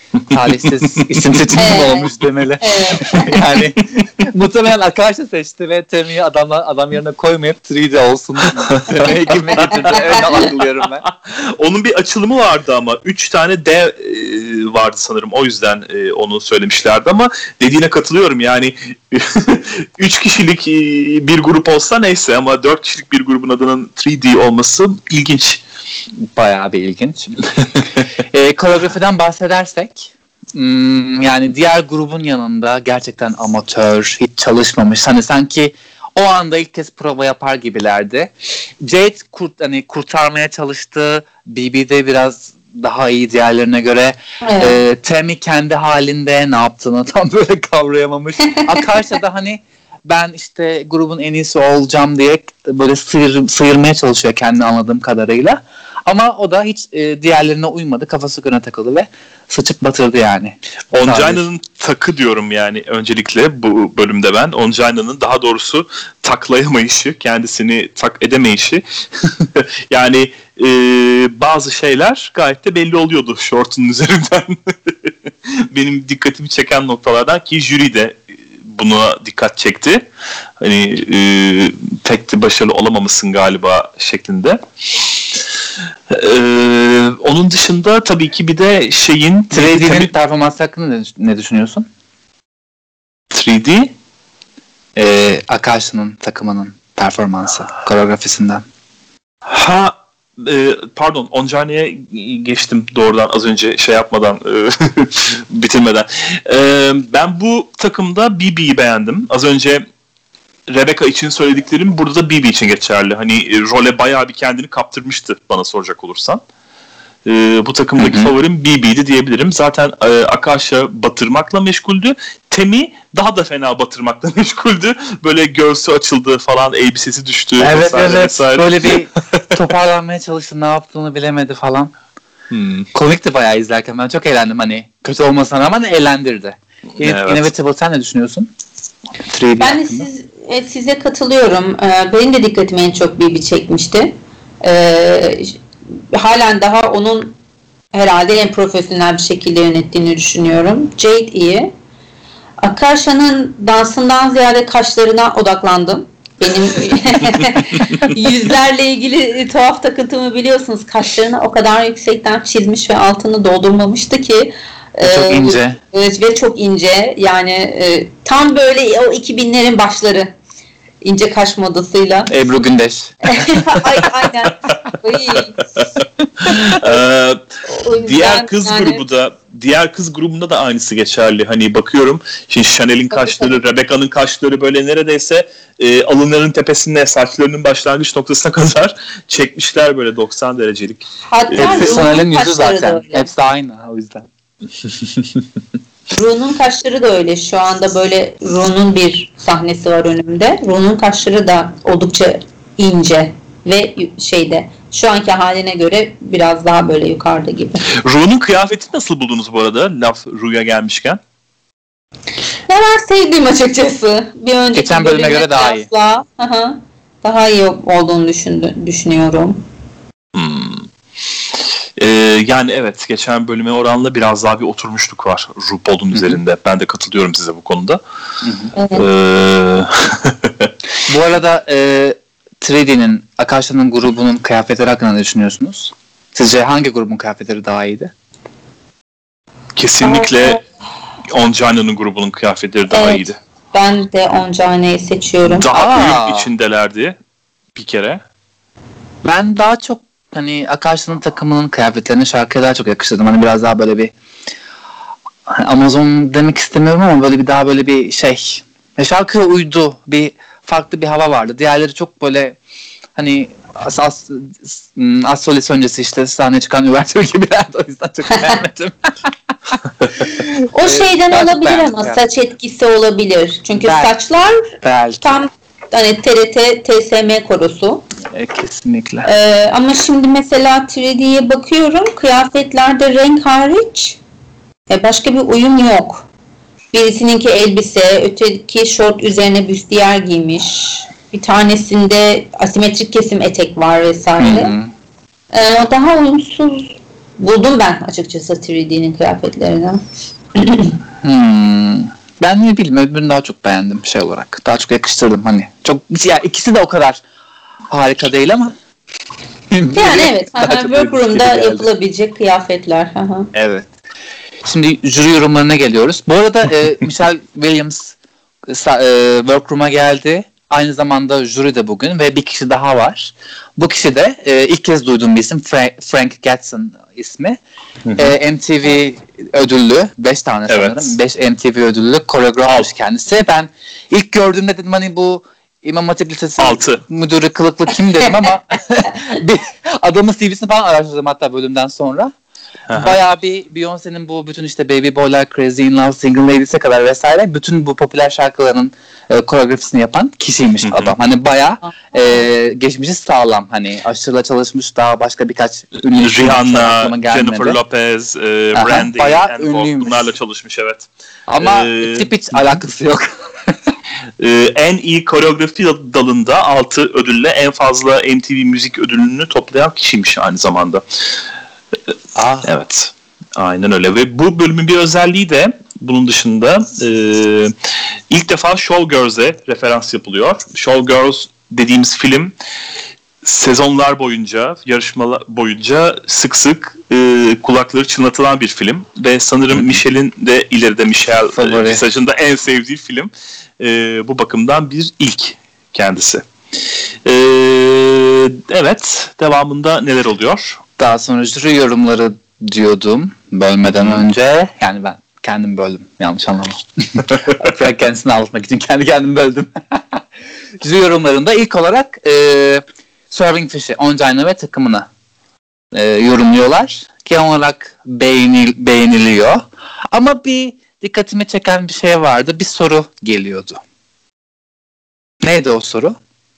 talihsiz isim seçimi Evet. olmuş demeli. Evet. Yani muhtemelen Akashi seçti ve Temi'yi adamla, adam yerine koymayıp üç D olsun demeye gibi getirdi. Öyle algılıyorum ben. Onun bir açılımı vardı ama üç tane D e, vardı sanırım. O yüzden e, onu söylemişlerdi ama dediğine katılıyorum. Yani üç kişilik e, bir grup olsa neyse ama dört kişilik bir grubun adının üç D olması ilginç. Bayağı bir ilginç. e, koreografiden bahsedersek hmm, yani diğer grubun yanında gerçekten amatör, hiç çalışmamış. Hani sanki o anda ilk kez prova yapar gibilerdi. Jade kurt, hani kurtarmaya çalıştı. B B'de biraz daha iyi diğerlerine göre. Evet. E, Temi kendi halinde ne yaptığını tam böyle kavrayamamış. Akashi da hani ben işte grubun en iyisi olacağım diye böyle sıyır, sıyırmaya çalışıyor kendini anladığım kadarıyla. Ama o da hiç e, diğerlerine uymadı. Kafası göne takıldı ve sıçıp batırdı yani. Onjaina'nın takı diyorum yani öncelikle bu bölümde ben. Onjaina'nın daha doğrusu taklayamayışı, kendisini tak edemeyişi. Yani e, bazı şeyler gayet de belli oluyordu şortunun üzerinden. Benim dikkatimi çeken noktalardan ki jüri de buna dikkat çekti. Hani e, pek de başarılı olamamışsın galiba şeklinde. Ee, onun dışında tabii ki bir de şeyin üç D'nin performansı hakkında ne, ne düşünüyorsun? üç D Ee, Akashi'nin takımının performansı, koreografisinden. ha e, pardon Onjaina'ya geçtim doğrudan az önce şey yapmadan e, bitirmeden. E, ben bu takımda B B'yi beğendim. Az önce Rebecca için söylediklerim burada da B B için geçerli. Hani e, role bayağı bir kendini kaptırmıştı bana soracak olursan. E, bu takımdaki Hı hı. favorim B B'ydi diyebilirim. Zaten e, Akashi batırmakla meşguldü. Temi daha da fena batırmakla meşguldü. Böyle göğsü açıldı falan, elbisesi düştü. Evet vesaire, evet vesaire. böyle bir toparlanmaya çalıştı, ne yaptığını bilemedi falan. Hmm. Komikti bayağı izlerken, ben çok eğlendim hani. Kötü olmasına rağmen eğlendirdi. Evet. Inevitable, sen ne düşünüyorsun? üç D Ben de hakkında. siz, e, size katılıyorum. Ee, benim de dikkatimi en çok B B çekmişti. Ee, halen daha onun herhalde en profesyonel bir şekilde yönettiğini düşünüyorum. Jade iyi. Akashi'nin dansından ziyade kaşlarına odaklandım. Benim yüzlerle ilgili tuhaf takıntımı biliyorsunuz. Kaşlarını o kadar yüksekten çizmiş ve altını doldurmamıştı ki. Çok e, ince. Evet, ve çok ince. Yani e, tam böyle o iki binlerin başları. İnce kaş modasıyla. Ebru Gündeş. Ay, aynen. Ay. Ee, O yüzden diğer kız yani- grubu da diğer kız grubunda da aynısı geçerli. Hani bakıyorum şimdi Chanel'in Tabii, kaşları, tabii. Rebecca'nın kaşları böyle neredeyse e, alınların tepesine, saçlarının başlangıç noktasına kadar çekmişler böyle doksan derecelik. Hatta Hepsi Ru'nun Soner'in yüzü kaşları da zaten. öyle. Hepsi aynı o yüzden. Ru'nun kaşları da öyle. Şu anda böyle Ru'nun bir sahnesi var önümde. Ru'nun kaşları da oldukça ince ve şeyde şu anki haline göre biraz daha böyle yukarıda gibi. Ru'nun kıyafetini nasıl buldunuz bu arada? Laf Ru'ya gelmişken. Ne var sevdiğim açıkçası. Bir önceki Geçen bölüme bölüme göre daha iyi. kıyasla, hı hı, daha iyi olduğunu düşündü, düşünüyorum. Hmm. Ee, yani evet geçen bölüme oranla biraz daha bir oturmuşluk var RuPaul'un üzerinde. Ben de katılıyorum size bu konuda. Evet. Ee, Bu arada e, üç D'nin, Akashi'nin grubunun kıyafetleri hakkında ne düşünüyorsunuz? Sizce hangi grubun kıyafetleri daha iyiydi? kesinlikle Onjaina'nın grubunun kıyafetleri daha Evet. iyiydi. Ben de Onjaina'yı seçiyorum. Daha Aa. uyum içindelerdi bir kere. Ben daha çok hani Akashi'nin takımının kıyafetlerini şarkıya daha çok yakıştırdım. Hani biraz daha böyle bir hani Amazon demek istemiyorum ama böyle bir daha böyle bir şey. E, şarkıya uydu. Bir farklı bir hava vardı. Diğerleri çok böyle hani as, as, as solist öncesi işte sahneye çıkan üvertür gibilerdi. O yüzden çok beğenmedim. O Evet, şeyden daha çok olabilir beğendim ama yani. saç etkisi olabilir. Çünkü Belki. saçlar Belki. tam hani T R T, T S M korosu. E, kesinlikle. Ee, ama şimdi mesela üç D'ye bakıyorum. Kıyafetlerde renk hariç e, başka bir uyum yok. Birisininki elbise, öteki şort üzerine büstiyer giymiş. Bir tanesinde asimetrik kesim etek var vesaire. Hı hı. Ee, daha uyumsuz buldum ben açıkçası üç D'nin kıyafetlerini. Hmm. Ben ne bileyim öbürünü daha çok beğendim şey olarak. Daha çok yakıştırdım hani. Çok ya ikisi de o kadar harika değil ama. Yani evet. Workroom'da yapılabilecek kıyafetler. Evet. Şimdi jüri yorumlarına geliyoruz. Bu arada e, Michelle Williams e, Workroom'a geldi. Aynı zamanda jüri de bugün ve bir kişi daha var. Bu kişi de e, ilk kez duyduğum bir isim Frank, Frank Gatson ismi. E, M T V ödüllü beş tane sanırım. Evet. beş M T V ödüllü koreografmış kendisi. Ben ilk gördüğümde dedim hani bu İmam Hatip Lisesi Altı. müdürü kılıklı kim dedim ama bir adamın C V'sini falan araştırdım hatta bölümden sonra. Aha. Bayağı bir Beyoncé'nin bu bütün işte Baby Boy'lar, Crazy in Love, Single Ladies'e kadar vesaire bütün bu popüler şarkıların e, koreografisini yapan kişiymiş Hı hı. adam. Hani bayağı e, geçmişi sağlam. Hani aşırıla çalışmış daha başka birkaç ünlü Rihanna, Jennifer Lopez, e, Aha, Brandy, bayağı and Vogue, ünlüymüş. bunlarla çalışmış evet. Ama Ee, tip hiç alakası yok. Ee, en iyi koreografi dalında altı ödülle en fazla M T V müzik ödülünü toplayan kişiymiş aynı zamanda. Ah. Evet. Aynen öyle ve bu bölümün bir özelliği de bunun dışında e, ilk defa Showgirls'e referans yapılıyor. Showgirls dediğimiz film sezonlar boyunca, yarışmalar boyunca sık sık e, kulakları çınlatılan bir film ve sanırım Michelle'in de ileride Michelle e, mesajında en sevdiği film. E, bu bakımdan bir ilk kendisi. E, evet, devamında neler oluyor? Daha sonra jüri yorumları diyordum bölmeden hmm. önce. Yani ben kendim böldüm. Yanlış anlama. Frank kendisini anlatmak için kendi kendimi böldüm. Jüri yorumlarında ilk olarak e, Serving Fish'i, Ongina ve takımını e, yorumluyorlar. Genel olarak beğenil, beğeniliyor. Ama bir dikkatimi çeken bir şey vardı. Bir soru geliyordu. Neydi o soru?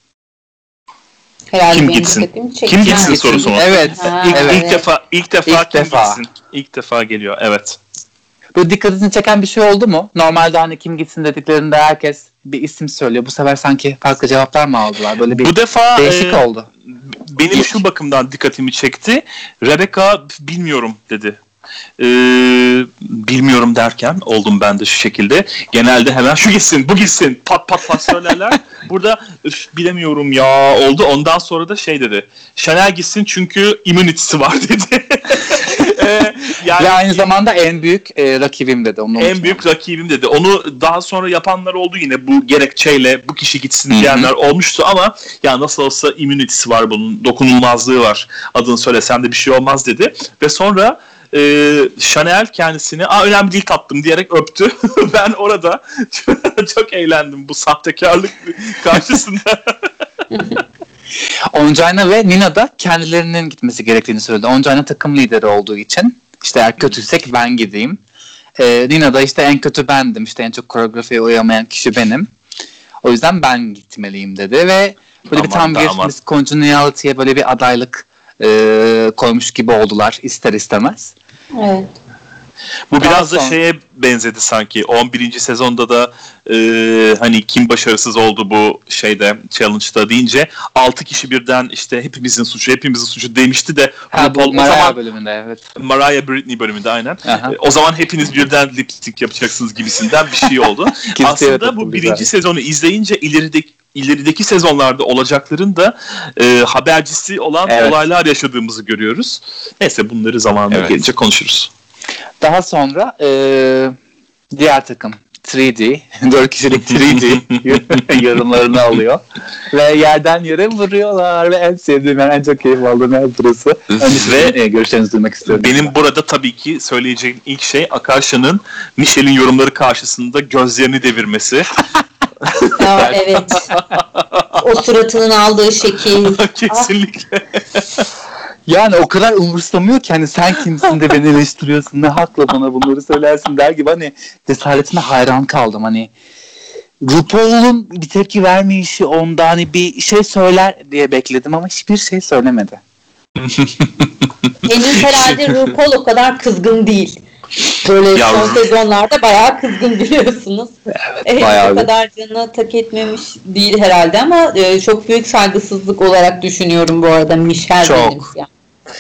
Herhalde kim gitsin? Kim gitsin sorusu mu? Evet. Ha, ilk, evet. ilk defa ilk defa ilk kim defa. gitsin? İlk defa geliyor. Evet. Böyle dikkatini çeken bir şey oldu mu? Normalde hani kim gitsin dediklerinde herkes bir isim söylüyor. Bu sefer sanki farklı cevaplar mı aldılar? Böyle bir bu defa değişik e, oldu. Benim şu bakımdan dikkatimi çekti. Rebecca bilmiyorum dedi. Ee, bilmiyorum derken oldum ben de şu şekilde. Genelde hemen şu gitsin, bu gitsin, pat pat pat söylerler. Burada üf, bilemiyorum ya oldu. Ondan sonra da şey dedi. Chanel gitsin çünkü immunity'si var dedi. ee, yani, Ve aynı zamanda en büyük e, rakibim dedi. Onu en büyük rakibim dedi. Onu daha sonra yapanlar oldu yine bu gerekçeyle bu kişi gitsin diyenler olmuştu ama ya nasıl olsa immunity'si var bunun, dokunulmazlığı var. Adını söylesem de bir şey olmaz dedi. Ve sonra Ee, Chanel kendisini Aa, önemli değil tatlım diyerek öptü. Ben orada çok eğlendim bu sahtekarlık karşısında. Ongina ve Nina da kendilerinin gitmesi gerektiğini söyledi. Ongina takım lideri olduğu için işte eğer kötüysek ben gideyim. Ee, Nina da işte en kötü bendim. İşte en çok koreografiye uyamayan kişi benim. O yüzden ben gitmeliyim dedi ve böyle bir tam bir Miss Congeniality'ye böyle bir adaylık E, koymuş gibi oldular ister istemez. Evet. Bu biraz da şeye benzedi sanki. on birinci sezonda da e, hani kim başarısız oldu bu şeyde challenge'da deyince altı kişi birden işte hepimizin suçu hepimizin suçu demişti de ha, bu Mariah bölümünde evet. Mariah Britney bölümünde aynen. E, o zaman hepiniz birden lip-sync yapacaksınız gibisinden bir şey oldu. Aslında bu birinci güzel. Sezonu izleyince ilerideki ilerideki sezonlarda olacakların da e, habercisi olan evet. olaylar yaşadığımızı görüyoruz. Neyse bunları zamanla evet. gelince konuşuruz. Daha sonra e, diğer takım üç D, dört kişilik üç D yorumlarını alıyor. Ve yerden yere vuruyorlar ve en sevdiğim, yani en çok keyif aldığım yer burası. Ve görüşlerinizi duymak istiyorum. Benim ben. burada tabii ki söyleyeceğim ilk şey Akarsa'nın Michelle'in yorumları karşısında gözlerini devirmesi. Ya, evet. O suratının aldığı şekil. Kesinlikle. Yani o kadar umursamıyor ki hani sen kimsin de beni eleştiriyorsun, ne hakla bana bunları söylersin der gibi, hani cesaretine hayran kaldım. Hani RuPaul'un bir tepki vermeyişi, onda hani bir şey söyler diye bekledim ama hiçbir şey söylemedi. Henüz herhalde RuPaul o kadar kızgın değil. Böyle ya, son sezonlarda bayağı kızgın biliyorsunuz. Evet, evet, bayağı o kadar canına tak etmemiş değil herhalde ama e, çok büyük saygısızlık olarak düşünüyorum bu arada Michelle çok. Yani.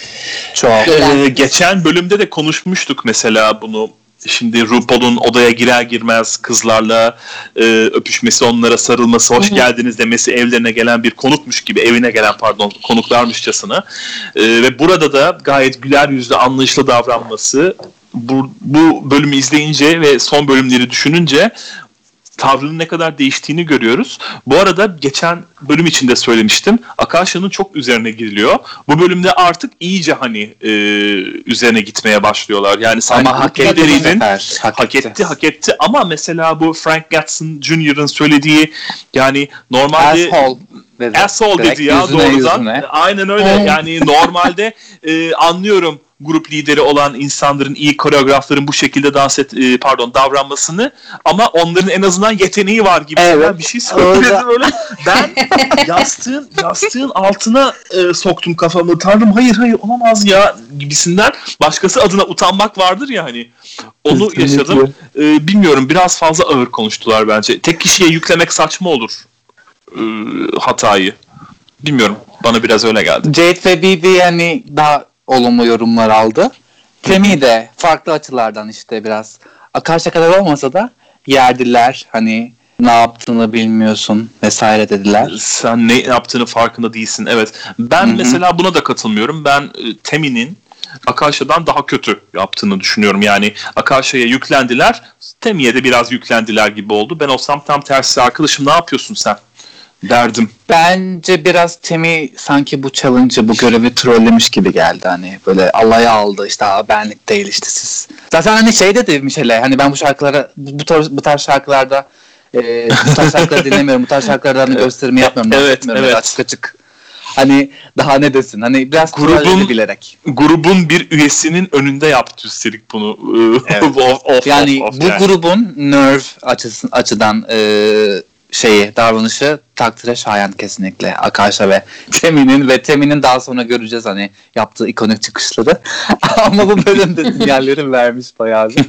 Çok. Ee, geçen bölümde de konuşmuştuk mesela bunu. Şimdi RuPaul'un odaya girer girmez kızlarla e, öpüşmesi, onlara sarılması, hoş geldiniz demesi, evlerine gelen bir konukmuş gibi, evine gelen pardon konuklarmışçasına. E, ve burada da gayet güler yüzlü, anlayışlı davranması, bu, bu bölümü izleyince ve son bölümleri düşününce tavrının ne kadar değiştiğini görüyoruz. Bu arada geçen bölüm içinde söylemiştim. Akasha'nın çok üzerine gidiliyor. Bu bölümde artık iyice hani e, üzerine gitmeye başlıyorlar. Yani sanki ama hak etti, hak, hak etti, etti, hak etti. Ama mesela bu Frank Gatson Junior'ın söylediği, yani normalde asshole dedi. asshole dedi ya yüzüne, doğrudan. Yüzüne. Aynen öyle. Evet. Yani normalde e, anlıyorum grup lideri olan insanların, iyi koreografların bu şekilde dans et, e, pardon davranmasını, ama onların en azından yeteneği var gibi Evet. bir şey söyledi böyle. Ben yastığın yastığın altına e, soktum kafamı. Tanrım hayır hayır olamaz ya gibisinden. Başkası adına utanmak vardır ya hani. Onu Kesinlikle. yaşadım. E, bilmiyorum, biraz fazla ağır konuştular bence. Tek kişiye yüklemek saçma olur e, hatayı. Bilmiyorum. Bana biraz öyle geldi. Jade ve Bibi yani daha olumlu yorumlar aldı. Temi de farklı açılardan işte biraz Akasha kadar olmasa da yerdiler. Hani ne yaptığını bilmiyorsun vesaire dediler. Sen ne yaptığını farkında değilsin. Evet. Ben Hı-hı. mesela buna da katılmıyorum. Ben e, Temi'nin Akasha'dan daha kötü yaptığını düşünüyorum. Yani Akasha'ya yüklendiler. Temi'ye de biraz yüklendiler gibi oldu. Ben olsam tam tersi, arkadaşım ne yapıyorsun sen derdim. Bence biraz Temi sanki bu challenge'ı, bu görevi trollemiş gibi geldi. Hani böyle alaya aldı işte, Aa, benlik değil işte siz. Zaten hani şey de demiş hele, hani ben bu şarkılara, bu, bu, tarz, bu tarz şarkılarda e, bu tarz şarkıları dinlemiyorum. Bu tarz şarkılardan gösterimi yapmıyorum. Evet, yapmıyorum evet. Açık açık. Hani daha ne desin? Hani biraz Grubun- trolledi bilerek. Grubun bir üyesinin önünde yaptı üstelik bunu. Evet. of, of, Yani of, of bu yani. grubun nerve açısı, açıdan e, şeyi, davranışı takdire şayan kesinlikle. Akasha ve Temi'nin ve Temi'nin daha sonra göreceğiz hani yaptığı ikonik çıkışları. Ama bu bölümde sinyalleri vermiş bayağı bir.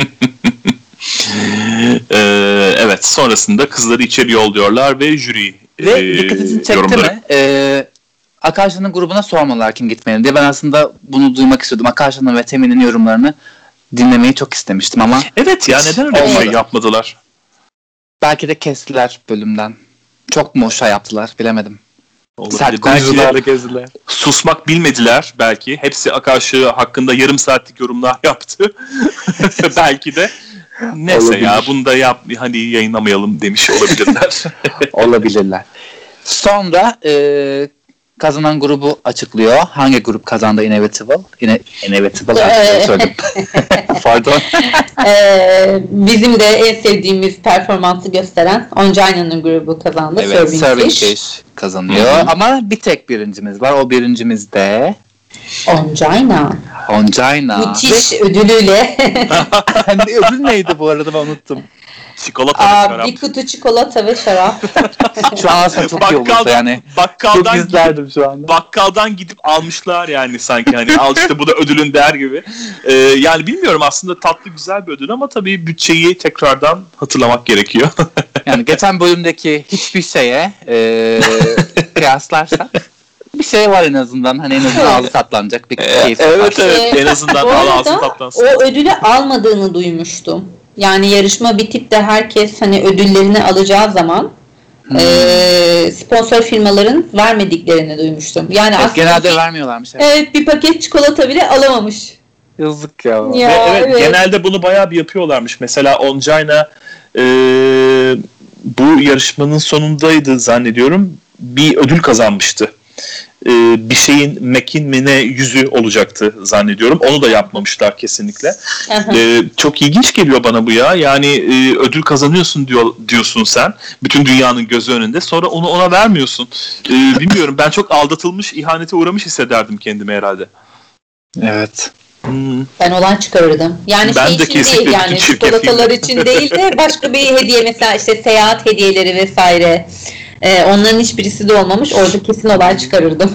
Ee, evet, sonrasında kızları içeri yolluyorlar ve jüri Ve e, dikkatinizi çekti yorumları. mi? E, Akasha'nın grubuna sormalılar kim gitmeli diye. Ben aslında bunu duymak istiyordum. Akasha'nın ve Temi'nin yorumlarını dinlemeyi çok istemiştim ama Evet ya, neden öyle bir olmadı. şey yapmadılar? belki de kestiler bölümden. Çok mu şey yaptılar bilemedim. Olabilir. Sert Belki konuşularla de kestiler. susmak bilmediler belki. Hepsi Akasha hakkında yarım saatlik yorumlar yaptı. Belki de neyse Olabilir. ya bunu da yap, hani yayınlamayalım demiş olabilirler. Olabilirler. Sonra e, kazanan grubu açıklıyor. Hangi grup kazandı Inevitable? Ine, Inevitable Ee. söyledim. Pardon. Ee, bizim de en sevdiğimiz performansı gösteren Ongina'nın grubu kazandı. Evet, Serving Serving Fish. Fish kazanıyor. Hı hı. Ama bir tek birincimiz var. O birincimiz de Ongina. Ongina. Müthiş ödülüyle. Ve ödül neydi bu arada, ben unuttum. Çikolata ve Aa, şarap. bir kutu çikolata ve şarap. Şu an aslında çok iyi olursa yani. Çok bakkaldan gidip, izlerdim şu anda. bakkaldan gidip almışlar yani sanki hani al işte bu da ödülün der gibi. Ee, yani bilmiyorum, aslında tatlı güzel bir ödül ama tabii bütçeyi tekrardan hatırlamak gerekiyor. Yani geçen bölümdeki hiçbir şeye e, kıyaslarsak bir şey var en azından. Hani en azından ağzı tatlanacak bir keyif. evet var. evet, Ee, en azından Bu al arada ağzın tatlansın. o ödülü almadığını duymuştum. Yani yarışma bitip de herkes hani ödüllerini alacağı zaman Hmm. e, sponsor firmaların vermediklerini duymuştum. Yani Evet, aslında genelde bir, vermiyorlarmış. evet, bir paket çikolata bile alamamış. Yazık ya. Ya, Ve evet, evet. genelde bunu bayağı bir yapıyorlarmış. Mesela Ongina e, bu yarışmanın sonundaydı zannediyorum. Bir ödül kazanmıştı. E, bir şeyin Mac'in mi ne yüzü olacaktı zannediyorum. Onu da yapmamışlar kesinlikle. Aha. e, çok ilginç geliyor bana bu ya. Yani e, ödül kazanıyorsun diyor, diyorsun sen. Bütün dünyanın gözü önünde. Sonra onu ona vermiyorsun. E, bilmiyorum, ben çok aldatılmış, ihanete uğramış hissederdim kendimi herhalde. Evet. Hmm. Ben olan çıkarırdım. Yani Ben şey de için kesinlikle değil, yani bütün çirkefliğimle. çikolatalar için değil de başka bir hediye, mesela işte seyahat hediyeleri vesaire. Ee, onların hiçbirisi de olmamış. Orada kesin olay çıkarırdım.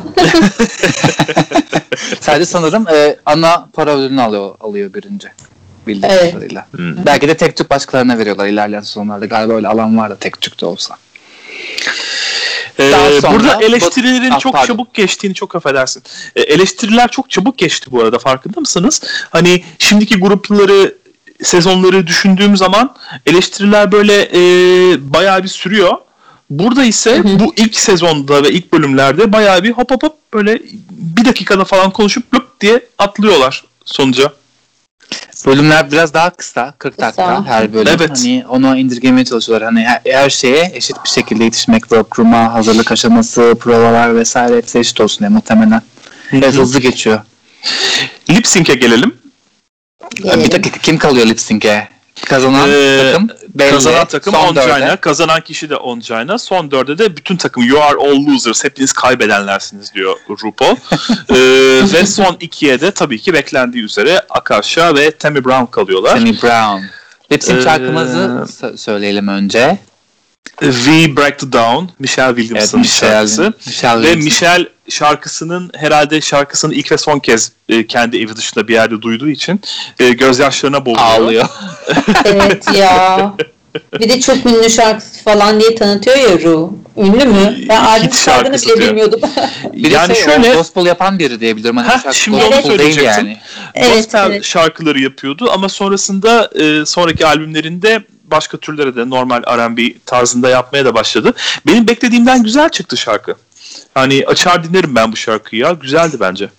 Sadece sanırım e, ana para ödülünü alıyor, alıyor birinci. Bildiğim Evet. kadarıyla. Hmm. Belki de tek tük başkalarına veriyorlar ilerleyen sonlarda. Galiba öyle alan var da tek tük de olsa. Ee, sonra burada eleştirilerin bu- çok Ah, pardon. çabuk geçtiğini, çok affedersin. Ee, eleştiriler çok çabuk geçti bu arada, farkında mısınız? Hani şimdiki grupları, sezonları düşündüğüm zaman eleştiriler böyle e, bayağı bir sürüyor. Burada ise Hı hı. bu ilk sezonda ve ilk bölümlerde bayağı bir hop hop hop böyle bir dakikada falan konuşup lüp diye atlıyorlar sonuca. Bölümler biraz daha kısa, kırk dakika Kısa. her bölüm. Evet. Hani onu indirgemeye çalışıyorlar. Hani her, her şeye eşit bir şekilde yetişmek, workroom'a, hazırlık aşaması, provalar vesaire hepsi eşit olsun diye muhtemelen. Biraz hı. hızlı geçiyor. Lip sync'e gelelim. Gelelim. Bir dakika, kim kalıyor lip sync'e? Kazanan Ee, takım belli. Kazanan takım Son Ongina, dörde. kazanan kişi de Ongina. Son dörde de bütün takım you are all losers, hepiniz kaybedenlersiniz diyor RuPaul. ee, ve son ikiye de tabii ki beklendiği üzere Akasha ve Tammy Brown kalıyorlar. Tammy Brown. Lip sync Ee, şarkımızı sö- söyleyelim önce. We Break the Down, Michelle Evet, Williams'ın Michelle, şarkısı. Michelle Ve Williams. Michelle şarkısının herhalde şarkısını ilk ve son kez e, kendi evi dışında bir yerde duyduğu için e, gözyaşlarına boğuluyor. ağlıyor. Evet ya. Bir de çok ünlü şarkısı falan diye tanıtıyor ya Ru. Ünlü mü? Ben albüm Hit çıkardığını şarkısı bile diyor. bilmiyordum. Bir Yani de şey, şöyle- o gospel yapan biri diyebilirim. Hani Heh, bu şarkı şimdi gospel onu değil söyleyecektim. yani. Evet, Gospel evet. şarkıları yapıyordu ama sonrasında e, sonraki albümlerinde başka türlere de normal R and B tarzında yapmaya da başladı. Benim beklediğimden güzel çıktı şarkı. Hani açar dinlerim ben bu şarkıyı ya. Güzeldi bence.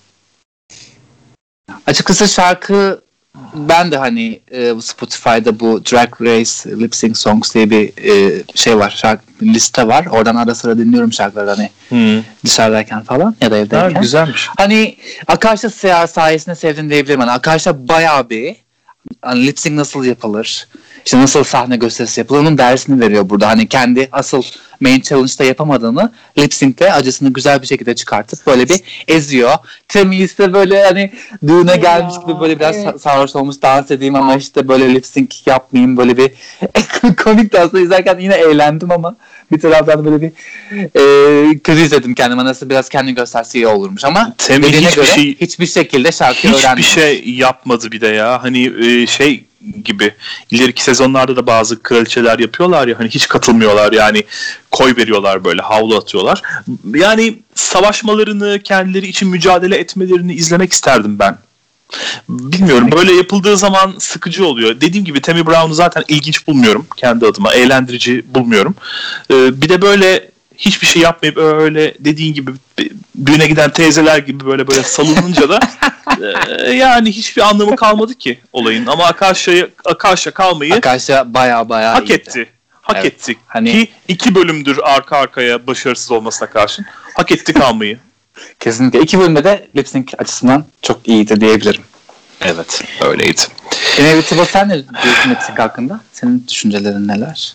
Açıkçası şarkı ben de hani e, bu Spotify'da bu Drag Race Lip Sync Songs diye bir e, şey var. Şarkı liste var. Oradan ara sıra dinliyorum şarkıları hani Hmm. dışarıdayken falan ya da Ha, evdeyken. güzelmiş. Hani Akasha Seher sayesinde sevdim diyebilirim. Hani Akasha bayağı bir hani lip sync nasıl yapılır? İşte nasıl sahne gösterisi yapılır? Onun dersini veriyor burada. Hani kendi asıl main challenge'da yapamadığını lip sync'te acısını güzel bir şekilde çıkartıp böyle bir eziyor. Tammy ise böyle hani düğüne Ya, gelmiş gibi böyle biraz evet. sa- sarhoş olmuş dans edeyim ama işte böyle lip sync yapmayayım böyle bir komik de aslında izlerken yine eğlendim ama bir taraftan böyle bir e, kötü izledim kendime. Nasıl biraz kendi gösterse iyi olurmuş ama Tammy dediğine hiçbir göre şey- hiçbir şekilde şarkı Hiçbir öğrenmemiş. şey yapmadı bir de ya. Hani e, şey gibi ileriki sezonlarda da bazı kraliçeler yapıyorlar ya, hani hiç katılmıyorlar yani, koy veriyorlar böyle, havlu atıyorlar. Yani savaşmalarını, kendileri için mücadele etmelerini izlemek isterdim ben. Bilmiyorum, böyle yapıldığı zaman sıkıcı oluyor. Dediğim gibi Tammy Brown'u zaten ilginç bulmuyorum kendi adıma, eğlendirici bulmuyorum. Ee, bir de böyle hiçbir şey yapmayıp öyle dediğin gibi düğüne giden teyzeler gibi böyle böyle salınınca da e, yani hiçbir anlamı kalmadı ki olayın. Ama Akasha'ya Akasha kalmayı Akasha baya baya hak iyiydi. etti. Hak Evet. etti. Hani- Ki iki bölümdür arka arkaya başarısız olmasına karşın hak etti kalmayı. Kesinlikle. İki bölümde de lip sync açısından çok iyiydi diyebilirim. Evet, öyleydi. Inevitable, sen ne diyorsun lip sync hakkında? Senin düşüncelerin neler?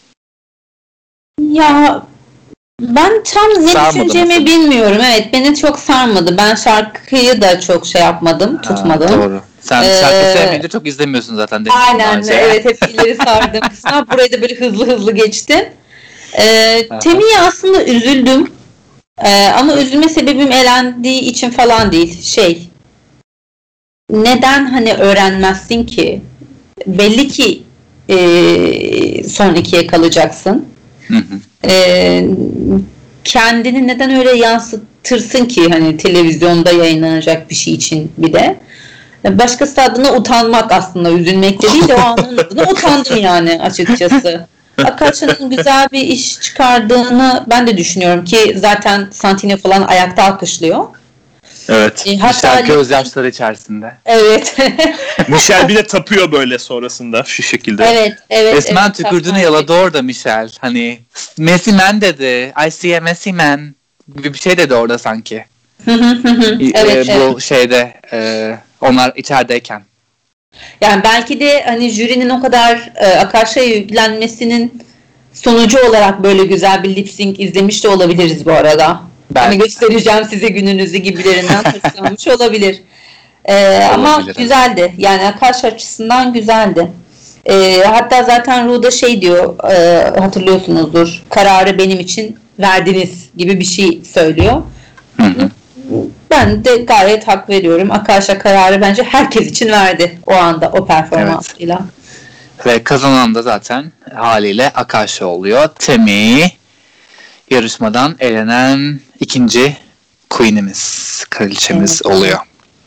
Ya ben tam ne Sarmadı düşüneceğimi mı seni? bilmiyorum. Evet, beni çok sarmadı. Ben şarkıyı da çok şey yapmadım, tutmadım. Ha, doğru. Sen Ee, şarkı sevmeyince çok izlemiyorsun zaten. demiştin daha Aynen, önce. evet, hep ileri sardım kısmına. Burayı da böyle hızlı hızlı geçtim. Ee, Aha. Temi'ye aslında üzüldüm. Ee, ama üzülme sebebim elendiği için falan değil. Şey, neden hani öğrenmezsin ki? Belli ki e, son ikiye kalacaksın. Hı hı. Ee, kendini neden öyle yansıtırsın ki hani televizyonda yayınlanacak bir şey için bir de. Başkası adına utanmak aslında, üzülmek de değil de o anın adına utandım yani açıkçası. Akasha'nın güzel bir iş çıkardığını ben de düşünüyorum ki zaten Santino falan ayakta alkışlıyor. Evet. E, hatta Şarkı gözyaşları içerisinde. evet. Michelle bir de tapıyor böyle sonrasında şu şekilde. evet, evet. Resmen evet, tükürdüğünü hatta- yaladı orada Michelle. Hani Messi Man dedi. I see a Messi Man gibi bir şey dedi orada sanki. Hı hı hı hı. Ee, evet, evet. bu şeyde e, onlar içerideyken. Yani belki de hani jürinin o kadar e, Akasha'ya yüklenmesinin sonucu olarak böyle güzel bir lip sync izlemiş de olabiliriz bu arada. Belki. Hani göstereceğim size gününüzü gibilerinden hoşlanmış olabilir. E, ama Olabilir, evet. güzeldi. Yani Akasha açısından güzeldi. E, hatta zaten Ru'da şey diyor, e, hatırlıyorsunuzdur. Kararı benim için verdiniz gibi bir şey söylüyor. Hı hı. Ben de gayet hak veriyorum. Akasha kararı bence herkes için verdi o anda, o performansıyla. Ve kazanan da zaten haliyle Akasha oluyor. Temi yarışmadan elenen ikinci queen'imiz, kraliçemiz Evet. oluyor.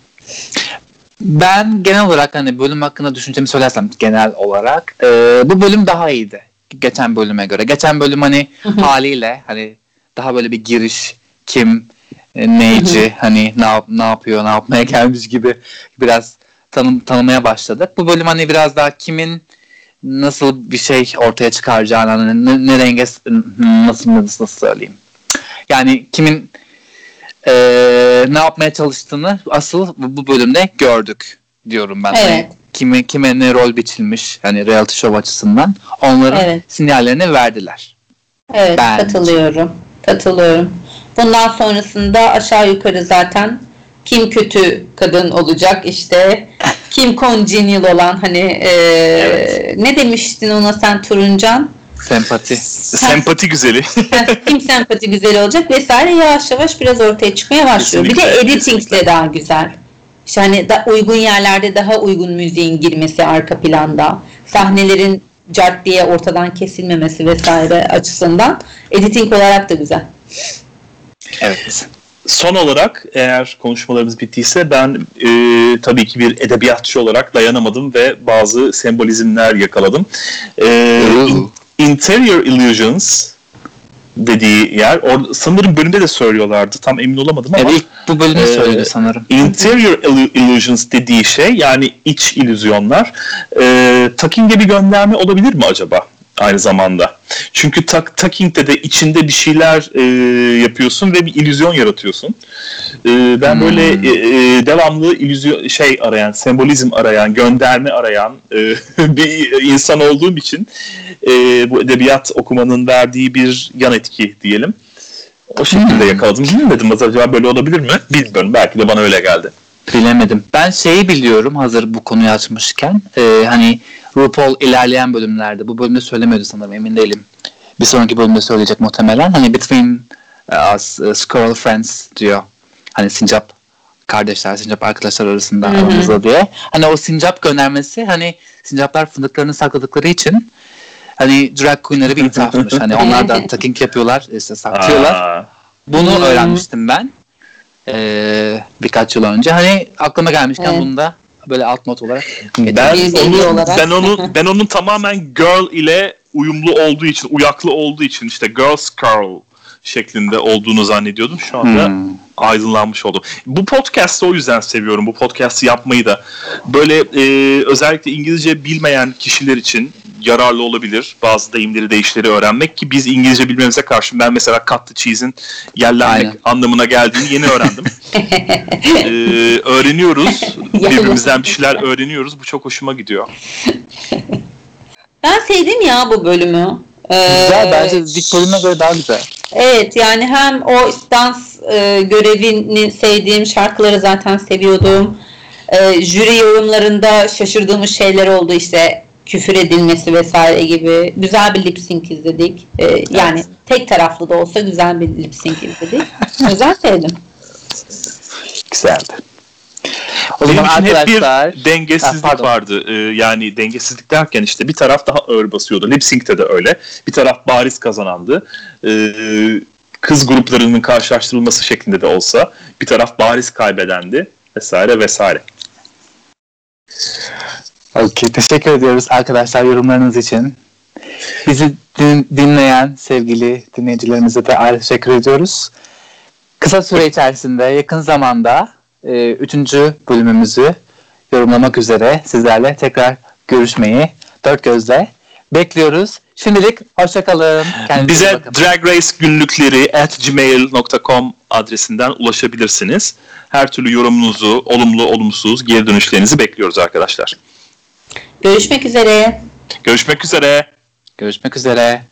Ben genel olarak hani bölüm hakkında düşüncemi söylersem genel olarak e, bu bölüm daha iyiydi geçen bölüme göre. Geçen bölüm hani haliyle hani daha böyle bir giriş, kim e, neyci, hani ne yap, ne yapıyor, ne yapmaya gelmiş gibi biraz tanım, tanımaya başladık. Bu bölüm hani biraz daha kimin nasıl bir şey ortaya çıkaracağını, hani ne, ne renge nasıl nasıl söyleyeyim. Yani kimin e, ne yapmaya çalıştığını asıl bu bölümde gördük diyorum ben. Evet. Hani kime kime ne rol biçilmiş, yani reality show açısından onların Evet. sinyallerini verdiler. Evet, Bence. katılıyorum. Katılıyorum. Bundan sonrasında aşağı yukarı zaten kim kötü kadın olacak, işte kim congenial olan, hani e, Evet. ne demiştin ona sen Turuncan? Sempati. Sempati güzeli. Kim sempati güzel olacak vesaire, yavaş yavaş biraz ortaya çıkmaya başlıyor. Bir de Kesinlikle, editingle kesinlikle. daha güzel. İşte hani da uygun yerlerde daha uygun müziğin girmesi arka planda, sahnelerin cart diye ortadan kesilmemesi vesaire açısından editing olarak da güzel. Evet. Son olarak eğer konuşmalarımız bittiyse ben e, tabii ki bir edebiyatçı olarak dayanamadım ve bazı sembolizmler yakaladım. E, in- Interior Illusions dediği yer, or- sanırım bölümde de söylüyorlardı, tam emin olamadım ama Evet, ilk bu bölümde Ee, söyledi sanırım. Interior illu- Illusions dediği şey, yani iç illüzyonlar, e, Tucking'e bir gönderme olabilir mi acaba aynı zamanda? Çünkü tak, Tucking'de de içinde bir şeyler e, yapıyorsun ve bir illüzyon yaratıyorsun. E, ben Hmm. böyle e, e, devamlı illüzyon şey arayan, sembolizm arayan, gönderme arayan e, bir insan olduğum için e, bu edebiyat okumanın verdiği bir yan etki diyelim. O şekilde yakaladım. Bilmedim, acaba böyle olabilir mi? Bilmiyorum. Belki de bana öyle geldi. Bilemedim. Ben şeyi biliyorum, hazır bu konuyu açmışken. E, hani RuPaul ilerleyen bölümlerde, bu bölümde söylemiyordu sanırım, emin değilim. Bir sonraki bölümde söyleyecek muhtemelen. Hani between us uh, squirrel friends diyor. Hani sincap kardeşler, sincap arkadaşlar arasında Hı hı. aramızda diye. Hani o sincap göndermesi, hani sincaplar fındıklarını sakladıkları için hani drag queen'lere bir ithafmış. Hani onlar da tucking yapıyorlar, işte saklıyorlar. Aa, Bunu Hmm. öğrenmiştim ben ee, birkaç yıl önce. Hani aklıma gelmişken Evet. bunu da böyle alt not olarak ben Bir bilgi onu, olarak. ben onu ben onun tamamen girl ile uyumlu olduğu için, uyaklı olduğu için, işte girls girl şeklinde olduğunu zannediyordum. Şu anda Hmm. aydınlanmış oldum. Bu podcast'ı o yüzden seviyorum. Bu podcast'ı yapmayı da. Böyle e, özellikle İngilizce bilmeyen kişiler için yararlı olabilir. Bazı deyimleri, deyişleri öğrenmek, ki biz İngilizce bilmemize karşın, ben mesela cut the cheese'in yerlenmek Aynen. anlamına geldiğini yeni öğrendim. ee, öğreniyoruz. Birbirimizden bir şeyler öğreniyoruz. Bu çok hoşuma gidiyor. Ben sevdim ya bu bölümü. Ee, Güzel, bence ilk bölüme göre daha güzel. Evet, yani hem o dans e, görevini sevdiğim, şarkıları zaten seviyordum. E, jüri yorumlarında şaşırdığımız şeyler oldu, işte küfür edilmesi vesaire gibi. Güzel bir lip sync izledik. E, yani tek taraflı da olsa güzel bir lip sync izledik. Güzel, sevdim. Güzeldi. O Benim zaman için hep arkadaşlar bir dengesizlik Ha, pardon. vardı. Ee, yani dengesizlik derken işte bir taraf daha ağır basıyordu. Lip Sync'te de öyle. Bir taraf bariz kazanandı. Ee, kız gruplarının karşılaştırılması şeklinde de olsa bir taraf bariz kaybedendi. Vesaire vesaire. Okey, teşekkür ediyoruz arkadaşlar yorumlarınız için. Bizi din- dinleyen sevgili dinleyicilerimize de ayrı teşekkür ediyoruz. Kısa süre içerisinde, yakın zamanda e, üçüncü bölümümüzü yorumlamak üzere sizlerle tekrar görüşmeyi dört gözle bekliyoruz. Şimdilik hoşçakalın. Bize Drag Race günlükleri at gmail nokta com adresinden ulaşabilirsiniz. Her türlü yorumunuzu, olumlu olumsuz geri dönüşlerinizi bekliyoruz arkadaşlar. Görüşmek üzere. Görüşmek üzere. Görüşmek üzere.